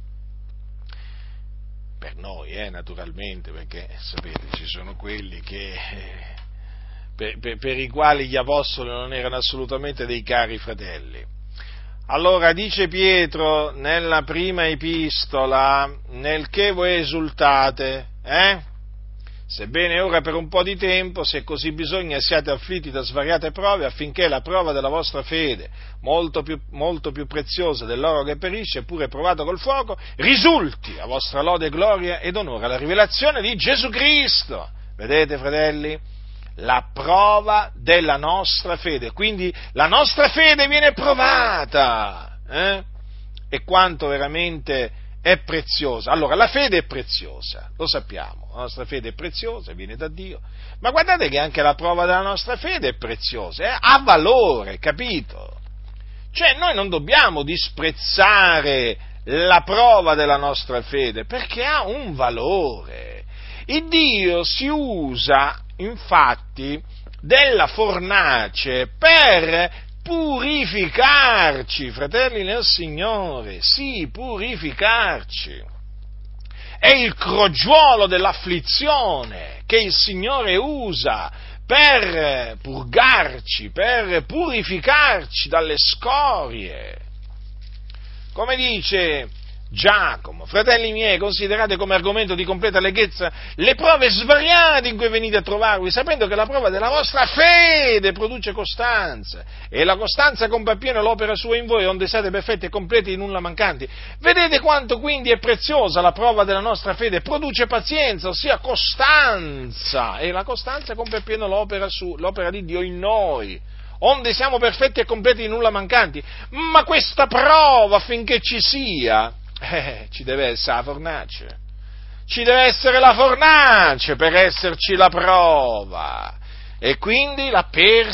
Per noi, eh, naturalmente, perché sapete, ci sono quelli che... Eh, Per, per, per i quali gli apostoli non erano assolutamente dei cari fratelli. Allora dice Pietro nella prima epistola, nel che voi esultate, eh? Sebbene ora per un po' di tempo, se così bisogna, siate afflitti da svariate prove, affinché la prova della vostra fede, molto più, molto più preziosa dell'oro che perisce, eppure provato col fuoco, risulti a vostra lode, gloria ed onore alla rivelazione di Gesù Cristo. Vedete, fratelli? La prova della nostra fede, quindi la nostra fede viene provata, eh? E quanto veramente è preziosa. Allora, la fede è preziosa, lo sappiamo, la nostra fede è preziosa, viene da Dio, ma guardate che anche la prova della nostra fede è preziosa, eh? Ha valore, capito? Cioè, noi non dobbiamo disprezzare la prova della nostra fede, perché ha un valore. Il Dio si usa infatti della fornace per purificarci, fratelli nel Signore, sì, purificarci. È il crogiuolo dell'afflizione che il Signore usa per purgarci, per purificarci dalle scorie. Come dice Giacomo, fratelli miei, considerate come argomento di completa legghezza le prove svariate in cui venite a trovarvi, sapendo che la prova della vostra fede produce costanza, e la costanza compie appieno l'opera sua in voi, onde siate perfetti e completi e nulla mancanti. Vedete quanto quindi è preziosa la prova della nostra fede, produce pazienza, ossia costanza, e la costanza compie appieno l'opera, su, l'opera di Dio in noi, onde siamo perfetti e completi e nulla mancanti. Ma questa prova, affinché ci sia, Eh, ci deve essere la fornace, ci deve essere la fornace per esserci la prova, e quindi la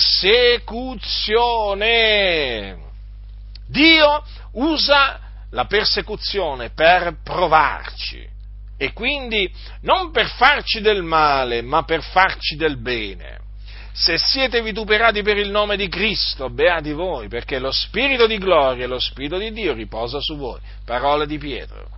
persecuzione. Dio usa la persecuzione per provarci, e quindi non per farci del male, ma per farci del bene. Se siete vituperati per il nome di Cristo, beati voi, perché lo Spirito di gloria e lo Spirito di Dio riposa su voi. Parole di Pietro.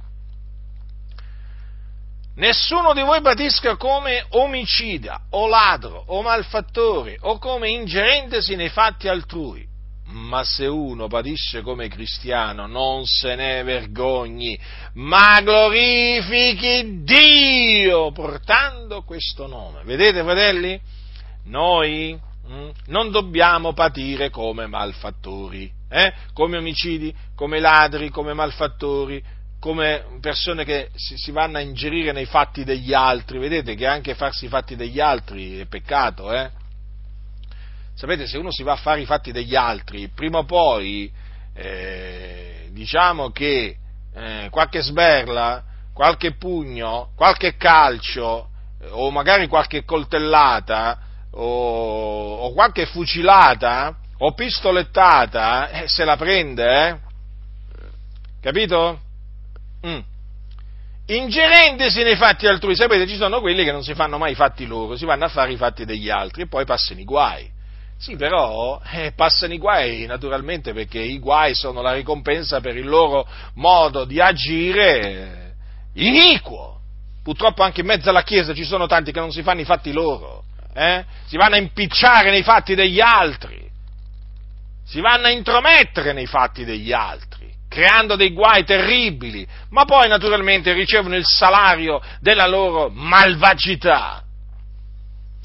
Nessuno di voi patisca come omicida, o ladro, o malfattore, o come ingerentesi nei fatti altrui. Ma se uno patisce come cristiano, non se ne vergogni, ma glorifichi Dio portando questo nome. Vedete, fratelli? Noi mh, non dobbiamo patire come malfattori, eh? come omicidi, come ladri, come malfattori, come persone che si, si vanno a ingerire nei fatti degli altri. Vedete che anche farsi i fatti degli altri è peccato, eh? Sapete, se uno si va a fare i fatti degli altri, prima o poi, eh, diciamo che eh, qualche sberla, qualche pugno, qualche calcio, eh, o magari qualche coltellata, O, o qualche fucilata o pistolettata, eh, se la prende, eh? Capito? Mm. Ingerendesi nei fatti altrui. Sapete, ci sono quelli che non si fanno mai i fatti loro, si vanno a fare i fatti degli altri e poi passano i guai. Sì, però eh, passano i guai naturalmente, perché i guai sono la ricompensa per il loro modo di agire iniquo. Purtroppo anche in mezzo alla Chiesa ci sono tanti che non si fanno i fatti loro. Eh? Si vanno a impicciare nei fatti degli altri, si vanno a intromettere nei fatti degli altri, creando dei guai terribili, ma poi naturalmente ricevono il salario della loro malvagità.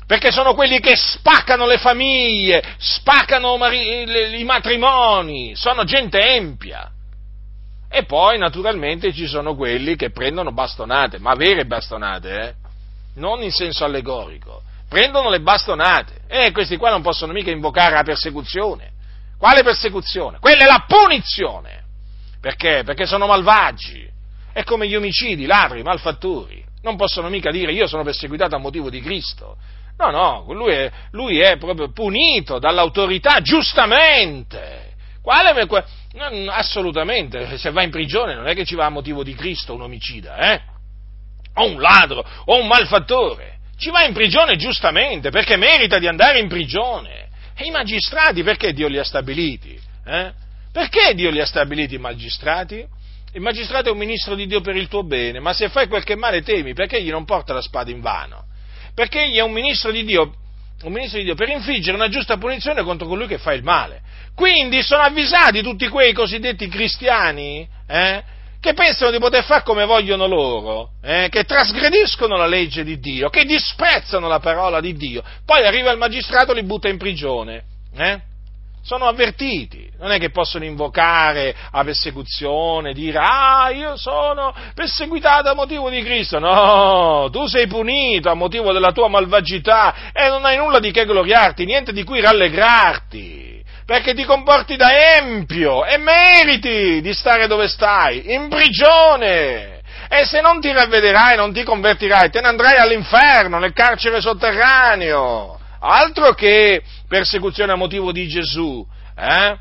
perché sono quelli che spaccano le famiglie, spaccano i matrimoni, sono gente empia. E poi naturalmente ci sono quelli che prendono bastonate, ma vere bastonate, eh? Non in senso allegorico, prendono le bastonate, e questi qua non possono mica invocare la persecuzione. Quale persecuzione? Quella è la punizione. Perché? Perché sono malvagi, è come gli omicidi, ladri, malfattori, non possono mica dire io sono perseguitato a motivo di Cristo. No, no, lui è, lui è proprio punito dall'autorità giustamente. Quale? Assolutamente, se va in prigione non è che ci va a motivo di Cristo un omicida, eh? O un ladro, o un malfattore. Ci va in prigione giustamente, perché merita di andare in prigione. E i magistrati, perché Dio li ha stabiliti? Eh? Perché Dio li ha stabiliti i magistrati? Il magistrato è un ministro di Dio per il tuo bene, ma se fai qualche male temi, perché gli non porta la spada in vano? Perché egli è un ministro di Dio, un ministro di Dio per infliggere una giusta punizione contro colui che fa il male. Quindi sono avvisati tutti quei cosiddetti cristiani, eh, che pensano di poter fare come vogliono loro, eh, che trasgrediscono la legge di Dio, che disprezzano la parola di Dio, poi arriva il magistrato e li butta in prigione, eh? Sono avvertiti, non è che possono invocare a persecuzione, dire ah io sono perseguitato a motivo di Cristo, no, tu sei punito a motivo della tua malvagità e non hai nulla di che gloriarti, niente di cui rallegrarti, perché ti comporti da empio e meriti di stare dove stai, in prigione, e se non ti ravvederai, non ti convertirai, te ne andrai all'inferno, nel carcere sotterraneo. Altro che persecuzione a motivo di Gesù, eh?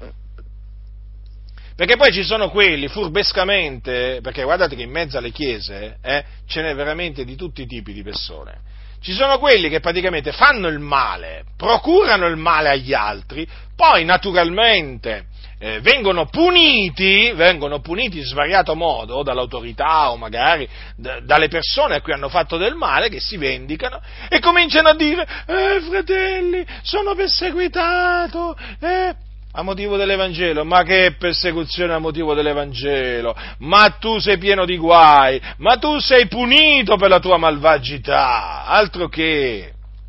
Perché poi ci sono quelli, furbescamente, perché guardate che in mezzo alle chiese eh, ce n'è veramente di tutti i tipi di persone. Ci sono quelli che praticamente fanno il male, procurano il male agli altri, poi naturalmente eh, vengono puniti, vengono puniti in svariato modo dall'autorità o magari d- dalle persone a cui hanno fatto del male, che si vendicano e cominciano a dire eh fratelli, sono perseguitato, eh, a motivo dell'Evangelo. Ma che persecuzione a motivo dell'Evangelo? Ma tu sei pieno di guai, ma tu sei punito per la tua malvagità, altro che,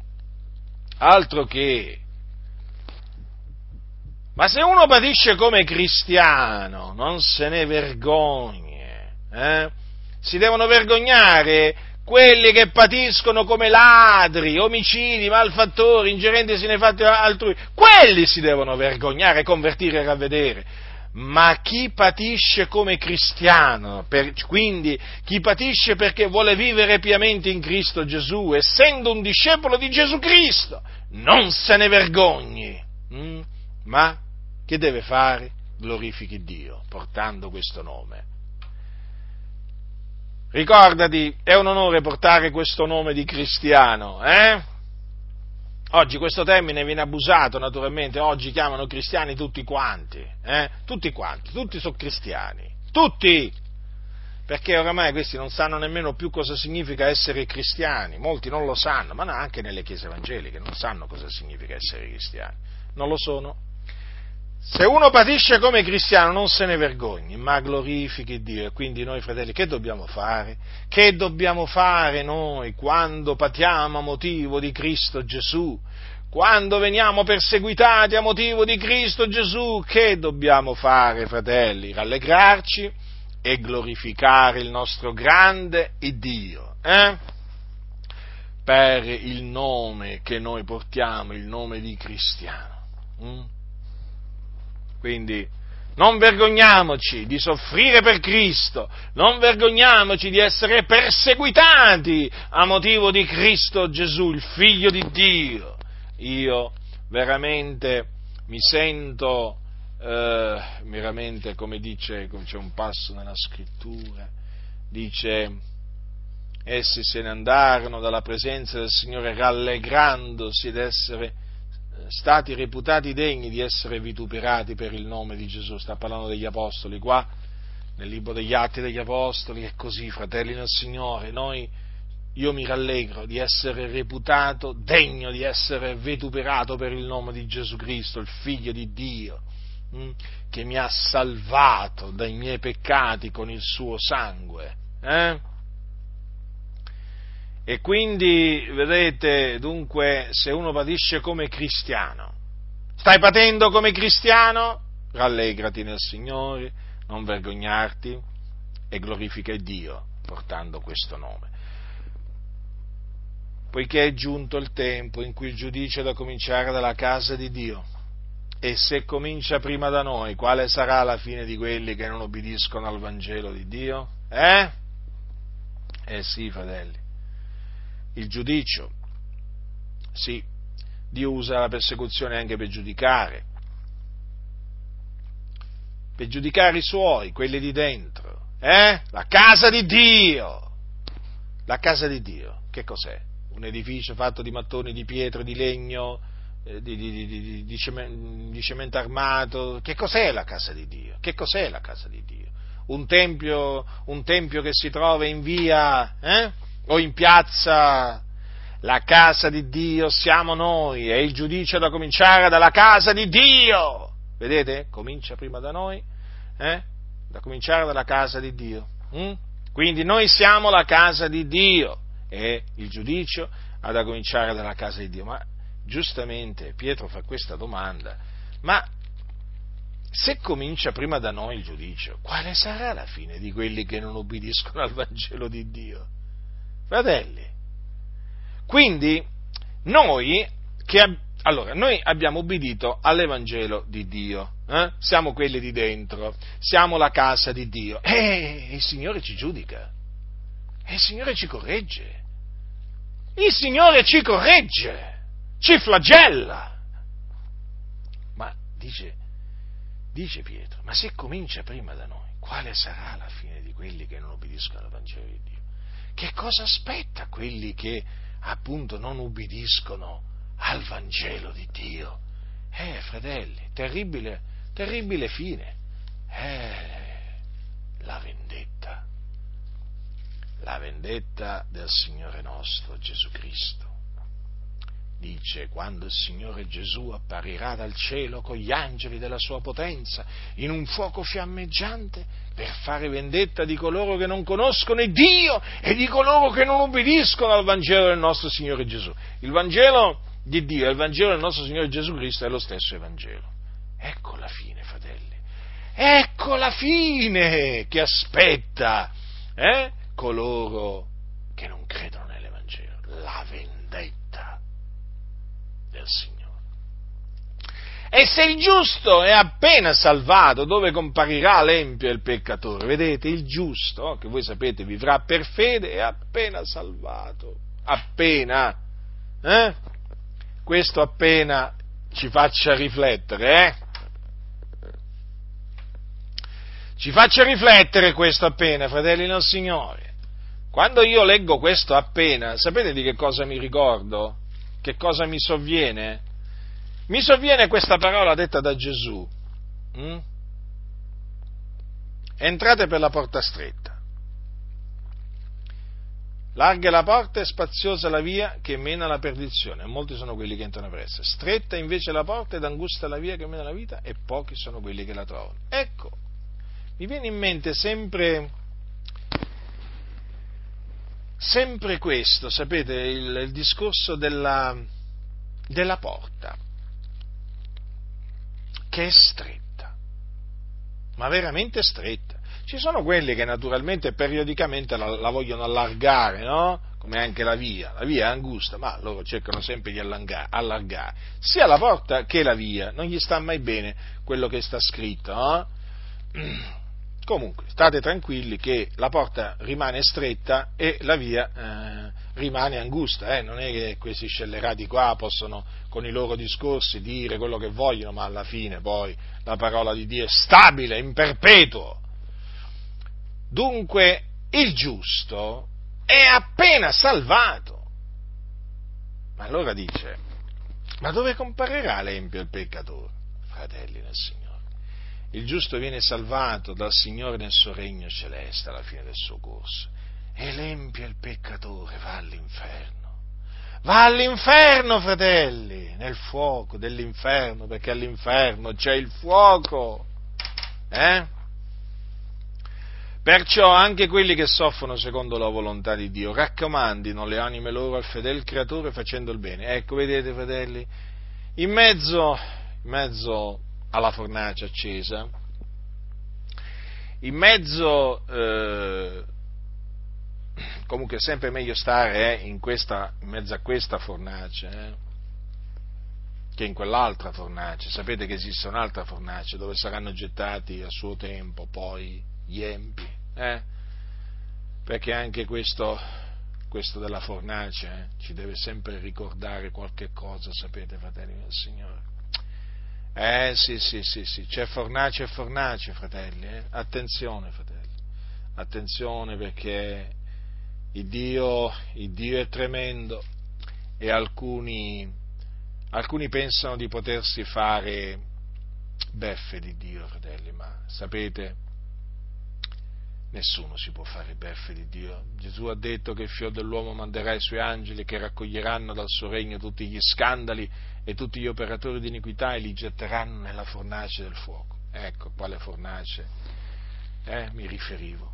altro che. Ma se uno patisce come cristiano, non se ne vergogna, eh? Si devono vergognare quelli che patiscono come ladri, omicidi, malfattori, ingerendisi nei fatti altrui, quelli si devono vergognare, convertire e ravvedere. Ma chi patisce come cristiano, per, quindi chi patisce perché vuole vivere piamente in Cristo Gesù, essendo un discepolo di Gesù Cristo, non se ne vergogni, hm? Ma che deve fare? Glorifichi Dio, portando questo nome. Ricordati, è un onore portare questo nome di cristiano, eh? Oggi questo termine viene abusato, naturalmente, oggi chiamano cristiani tutti quanti, eh? Tutti quanti, tutti sono cristiani, tutti! Perché oramai questi non sanno nemmeno più cosa significa essere cristiani, molti non lo sanno, ma anche nelle chiese evangeliche non sanno cosa significa essere cristiani, non lo sono. Se uno patisce come cristiano non se ne vergogni, ma glorifichi Dio. E quindi noi, fratelli, che dobbiamo fare? Che dobbiamo fare noi quando patiamo a motivo di Cristo Gesù? Quando veniamo perseguitati a motivo di Cristo Gesù? Che dobbiamo fare, fratelli? Rallegrarci e glorificare il nostro grande Dio, eh? Per il nome che noi portiamo, il nome di cristiano. Mm? Quindi non vergogniamoci di soffrire per Cristo, non vergogniamoci di essere perseguitati a motivo di Cristo Gesù, il Figlio di Dio. Io veramente mi sento, eh, veramente, come dice, come c'è un passo nella Scrittura, dice, essi se ne andarono dalla presenza del Signore rallegrandosi d'essere stati reputati degni di essere vituperati per il nome di Gesù. Sta parlando degli apostoli qua, nel libro degli Atti degli Apostoli. È così, fratelli nel Signore, noi, io mi rallegro di essere reputato degno di essere vituperato per il nome di Gesù Cristo, il Figlio di Dio, hm, che mi ha salvato dai miei peccati con il suo sangue, eh? E quindi, vedete, dunque, se uno patisce come cristiano, stai patendo come cristiano? Rallegrati nel Signore, non vergognarti e glorifica Dio portando questo nome. Poiché è giunto il tempo in cui il giudizio è da cominciare dalla casa di Dio. E se comincia prima da noi, quale sarà la fine di quelli che non obbediscono al Vangelo di Dio? Eh? Eh sì, fratelli. Il giudizio, sì, Dio usa la persecuzione anche per giudicare, per giudicare i suoi, quelli di dentro, eh? La casa di Dio, la casa di Dio, che cos'è? Un edificio fatto di mattoni di pietra, di legno, eh, di, di, di, di, di, cemento, di cemento armato, che cos'è la casa di Dio? Che cos'è la casa di Dio? Un tempio, un tempio che si trova in via, eh? O in piazza? La casa di Dio siamo noi, e il giudizio da cominciare dalla casa di Dio. Vedete? Comincia prima da noi, eh? Da cominciare dalla casa di Dio. Mm? Quindi noi siamo la casa di Dio e il giudizio ha da cominciare dalla casa di Dio. Ma giustamente Pietro fa questa domanda: ma se comincia prima da noi il giudizio, quale sarà la fine di quelli che non obbediscono al Vangelo di Dio? Fratelli, quindi noi che ab- allora, noi abbiamo obbedito all'Evangelo di Dio, eh? Siamo quelli di dentro, siamo la casa di Dio, e il Signore ci giudica, e il Signore ci corregge, il Signore ci corregge, ci flagella. Ma dice, dice Pietro, ma se comincia prima da noi, quale sarà la fine di quelli che non obbediscono al Vangelo di Dio? Che cosa aspetta quelli che appunto non ubbidiscono al Vangelo di Dio? Eh, fratelli, terribile, terribile fine. Eh, la vendetta, la vendetta del Signore nostro Gesù Cristo. Dice, quando il Signore Gesù apparirà dal cielo con gli angeli della sua potenza, in un fuoco fiammeggiante, per fare vendetta di coloro che non conoscono il Dio e di coloro che non ubbidiscono al Vangelo del nostro Signore Gesù. Il Vangelo di Dio e il Vangelo del nostro Signore Gesù Cristo è lo stesso Evangelo. Ecco la fine, fratelli. Ecco la fine che aspetta eh? coloro che non credono nell'Evangelo. La vendetta del Signore. E se il giusto è appena salvato, dove comparirà l'empio e il peccatore? Vedete, il giusto, che voi sapete vivrà per fede, è appena salvato. Appena. Eh? Questo appena ci faccia riflettere, eh? Ci faccia riflettere questo appena, fratelli nel Signore. Quando io leggo questo appena, sapete di che cosa mi ricordo? Che cosa mi sovviene? Mi sovviene questa parola detta da Gesù. Mm? Entrate per la porta stretta. Larga è la porta e spaziosa la via che mena alla perdizione, e molti sono quelli che entrano per essa. Stretta invece la porta ed angusta la via che mena alla vita, e pochi sono quelli che la trovano. Ecco, mi viene in mente sempre, sempre questo, sapete, il, il discorso della, della porta, che è stretta, ma veramente stretta. Ci sono quelli che naturalmente periodicamente la, la vogliono allargare, no? Come anche la via. La via è angusta, ma loro cercano sempre di allargare, allargare. Sia la porta che la via. Non gli sta mai bene quello che sta scritto, no? Comunque, state tranquilli che la porta rimane stretta e la via eh, rimane angusta. Eh? Non è che questi scellerati qua possono con i loro discorsi dire quello che vogliono, ma alla fine poi la parola di Dio è stabile, in perpetuo. Dunque, il giusto è appena salvato. Ma allora dice, ma dove comparirà l'empio e il peccatore? Fratelli nel Signore, il giusto viene salvato dal Signore nel suo regno celeste alla fine del suo corso, e l'empio e il peccatore va all'inferno. Va all'inferno, fratelli, nel fuoco dell'inferno, perché all'inferno c'è il fuoco. Eh? Perciò anche quelli che soffrono secondo la volontà di Dio raccomandino le anime loro al fedel Creatore facendo il bene. Ecco, vedete, fratelli, in mezzo, in mezzo alla fornace accesa, in mezzo, eh, comunque è sempre meglio stare eh, in, questa, in mezzo a questa fornace, eh, che in quell'altra fornace. Sapete che esiste un'altra fornace dove saranno gettati a suo tempo poi gli empi, eh? Perché anche questo, questo della fornace eh, ci deve sempre ricordare qualche cosa, sapete, fratelli del Signore. Eh sì, sì, sì, sì, c'è fornace e fornace, fratelli, eh? Attenzione, fratelli, attenzione perché il Dio, il Dio è tremendo e alcuni, alcuni pensano di potersi fare beffe di Dio, fratelli, ma sapete, nessuno si può fare beffe di Dio. Gesù ha detto che il Figlio dell'uomo manderà i suoi angeli che raccoglieranno dal suo regno tutti gli scandali e tutti gli operatori di iniquità e li getteranno nella fornace del fuoco. Ecco, quale fornace eh, mi riferivo.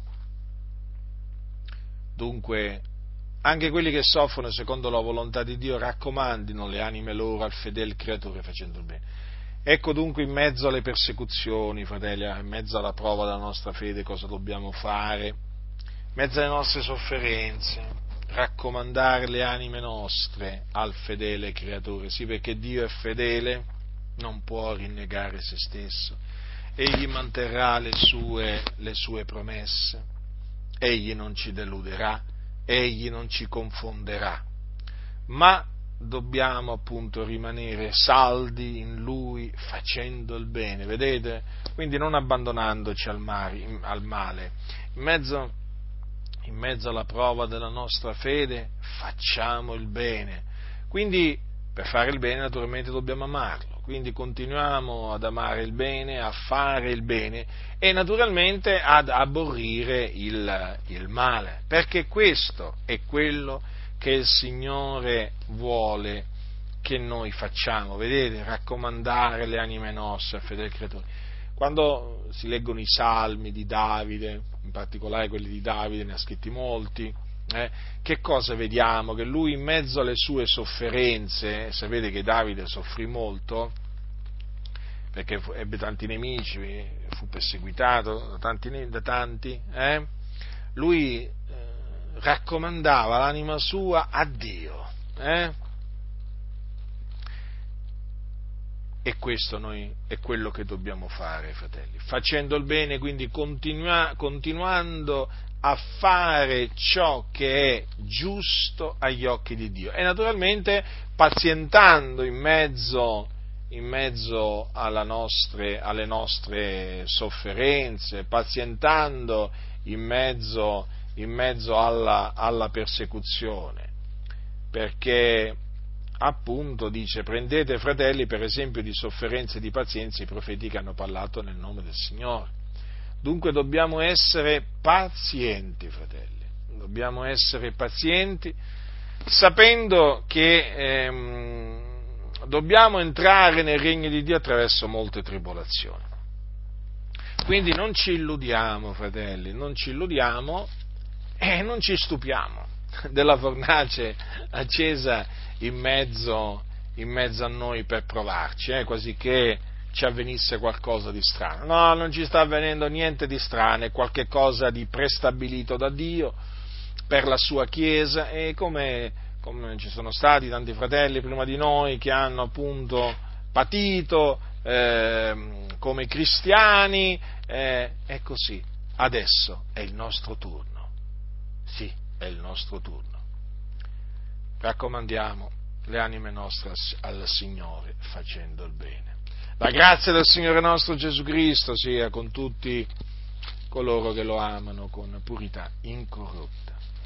Dunque, anche quelli che soffrono secondo la volontà di Dio raccomandino le anime loro al fedel Creatore facendo il bene. Ecco dunque in mezzo alle persecuzioni, fratelli, in mezzo alla prova della nostra fede cosa dobbiamo fare? In mezzo alle nostre sofferenze, raccomandare le anime nostre al fedele Creatore, sì, perché Dio è fedele, non può rinnegare se stesso, Egli manterrà le sue, le sue promesse, Egli non ci deluderà, Egli non ci confonderà, ma dobbiamo appunto rimanere saldi in Lui facendo il bene, vedete? Quindi non abbandonandoci al, mari, al male. In mezzo, in mezzo alla prova della nostra fede facciamo il bene. Quindi per fare il bene naturalmente dobbiamo amarlo. Quindi continuiamo ad amare il bene, a fare il bene e naturalmente ad aborrire il, il male, perché questo è quello che il Signore vuole che noi facciamo, vedete, raccomandare le anime nostre al fedele Creatore. Quando si leggono i salmi di Davide, in particolare quelli di Davide, ne ha scritti molti, eh, che cosa vediamo? Che lui in mezzo alle sue sofferenze, sapete che Davide soffrì molto, perché ebbe tanti nemici, fu perseguitato da tanti, da tanti eh? lui eh, raccomandava l'anima sua a Dio, eh? E questo noi è quello che dobbiamo fare, fratelli, facendo il bene, quindi continua, continuando a fare ciò che è giusto agli occhi di Dio e naturalmente pazientando in mezzo, in mezzo alla nostre, alle nostre sofferenze, pazientando in mezzo, in mezzo alla, alla persecuzione, perché appunto dice: prendete, fratelli, per esempio di sofferenze e di pazienza i profeti che hanno parlato nel nome del Signore. Dunque dobbiamo essere pazienti, fratelli, dobbiamo essere pazienti, sapendo che ehm, dobbiamo entrare nel regno di Dio attraverso molte tribolazioni. Quindi non ci illudiamo, fratelli, non ci illudiamo e non ci stupiamo della fornace accesa in mezzo, in mezzo a noi per provarci, eh, quasi che ci avvenisse qualcosa di strano. No, non ci sta avvenendo niente di strano, è qualche cosa di prestabilito da Dio per la sua Chiesa e come, come ci sono stati tanti fratelli prima di noi che hanno appunto patito eh, come cristiani, eh, è così. Adesso è il nostro turno, sì, è il nostro turno. Raccomandiamo le anime nostre al Signore facendo il bene. La grazia del Signore nostro Gesù Cristo sia con tutti coloro che lo amano con purità incorrotta.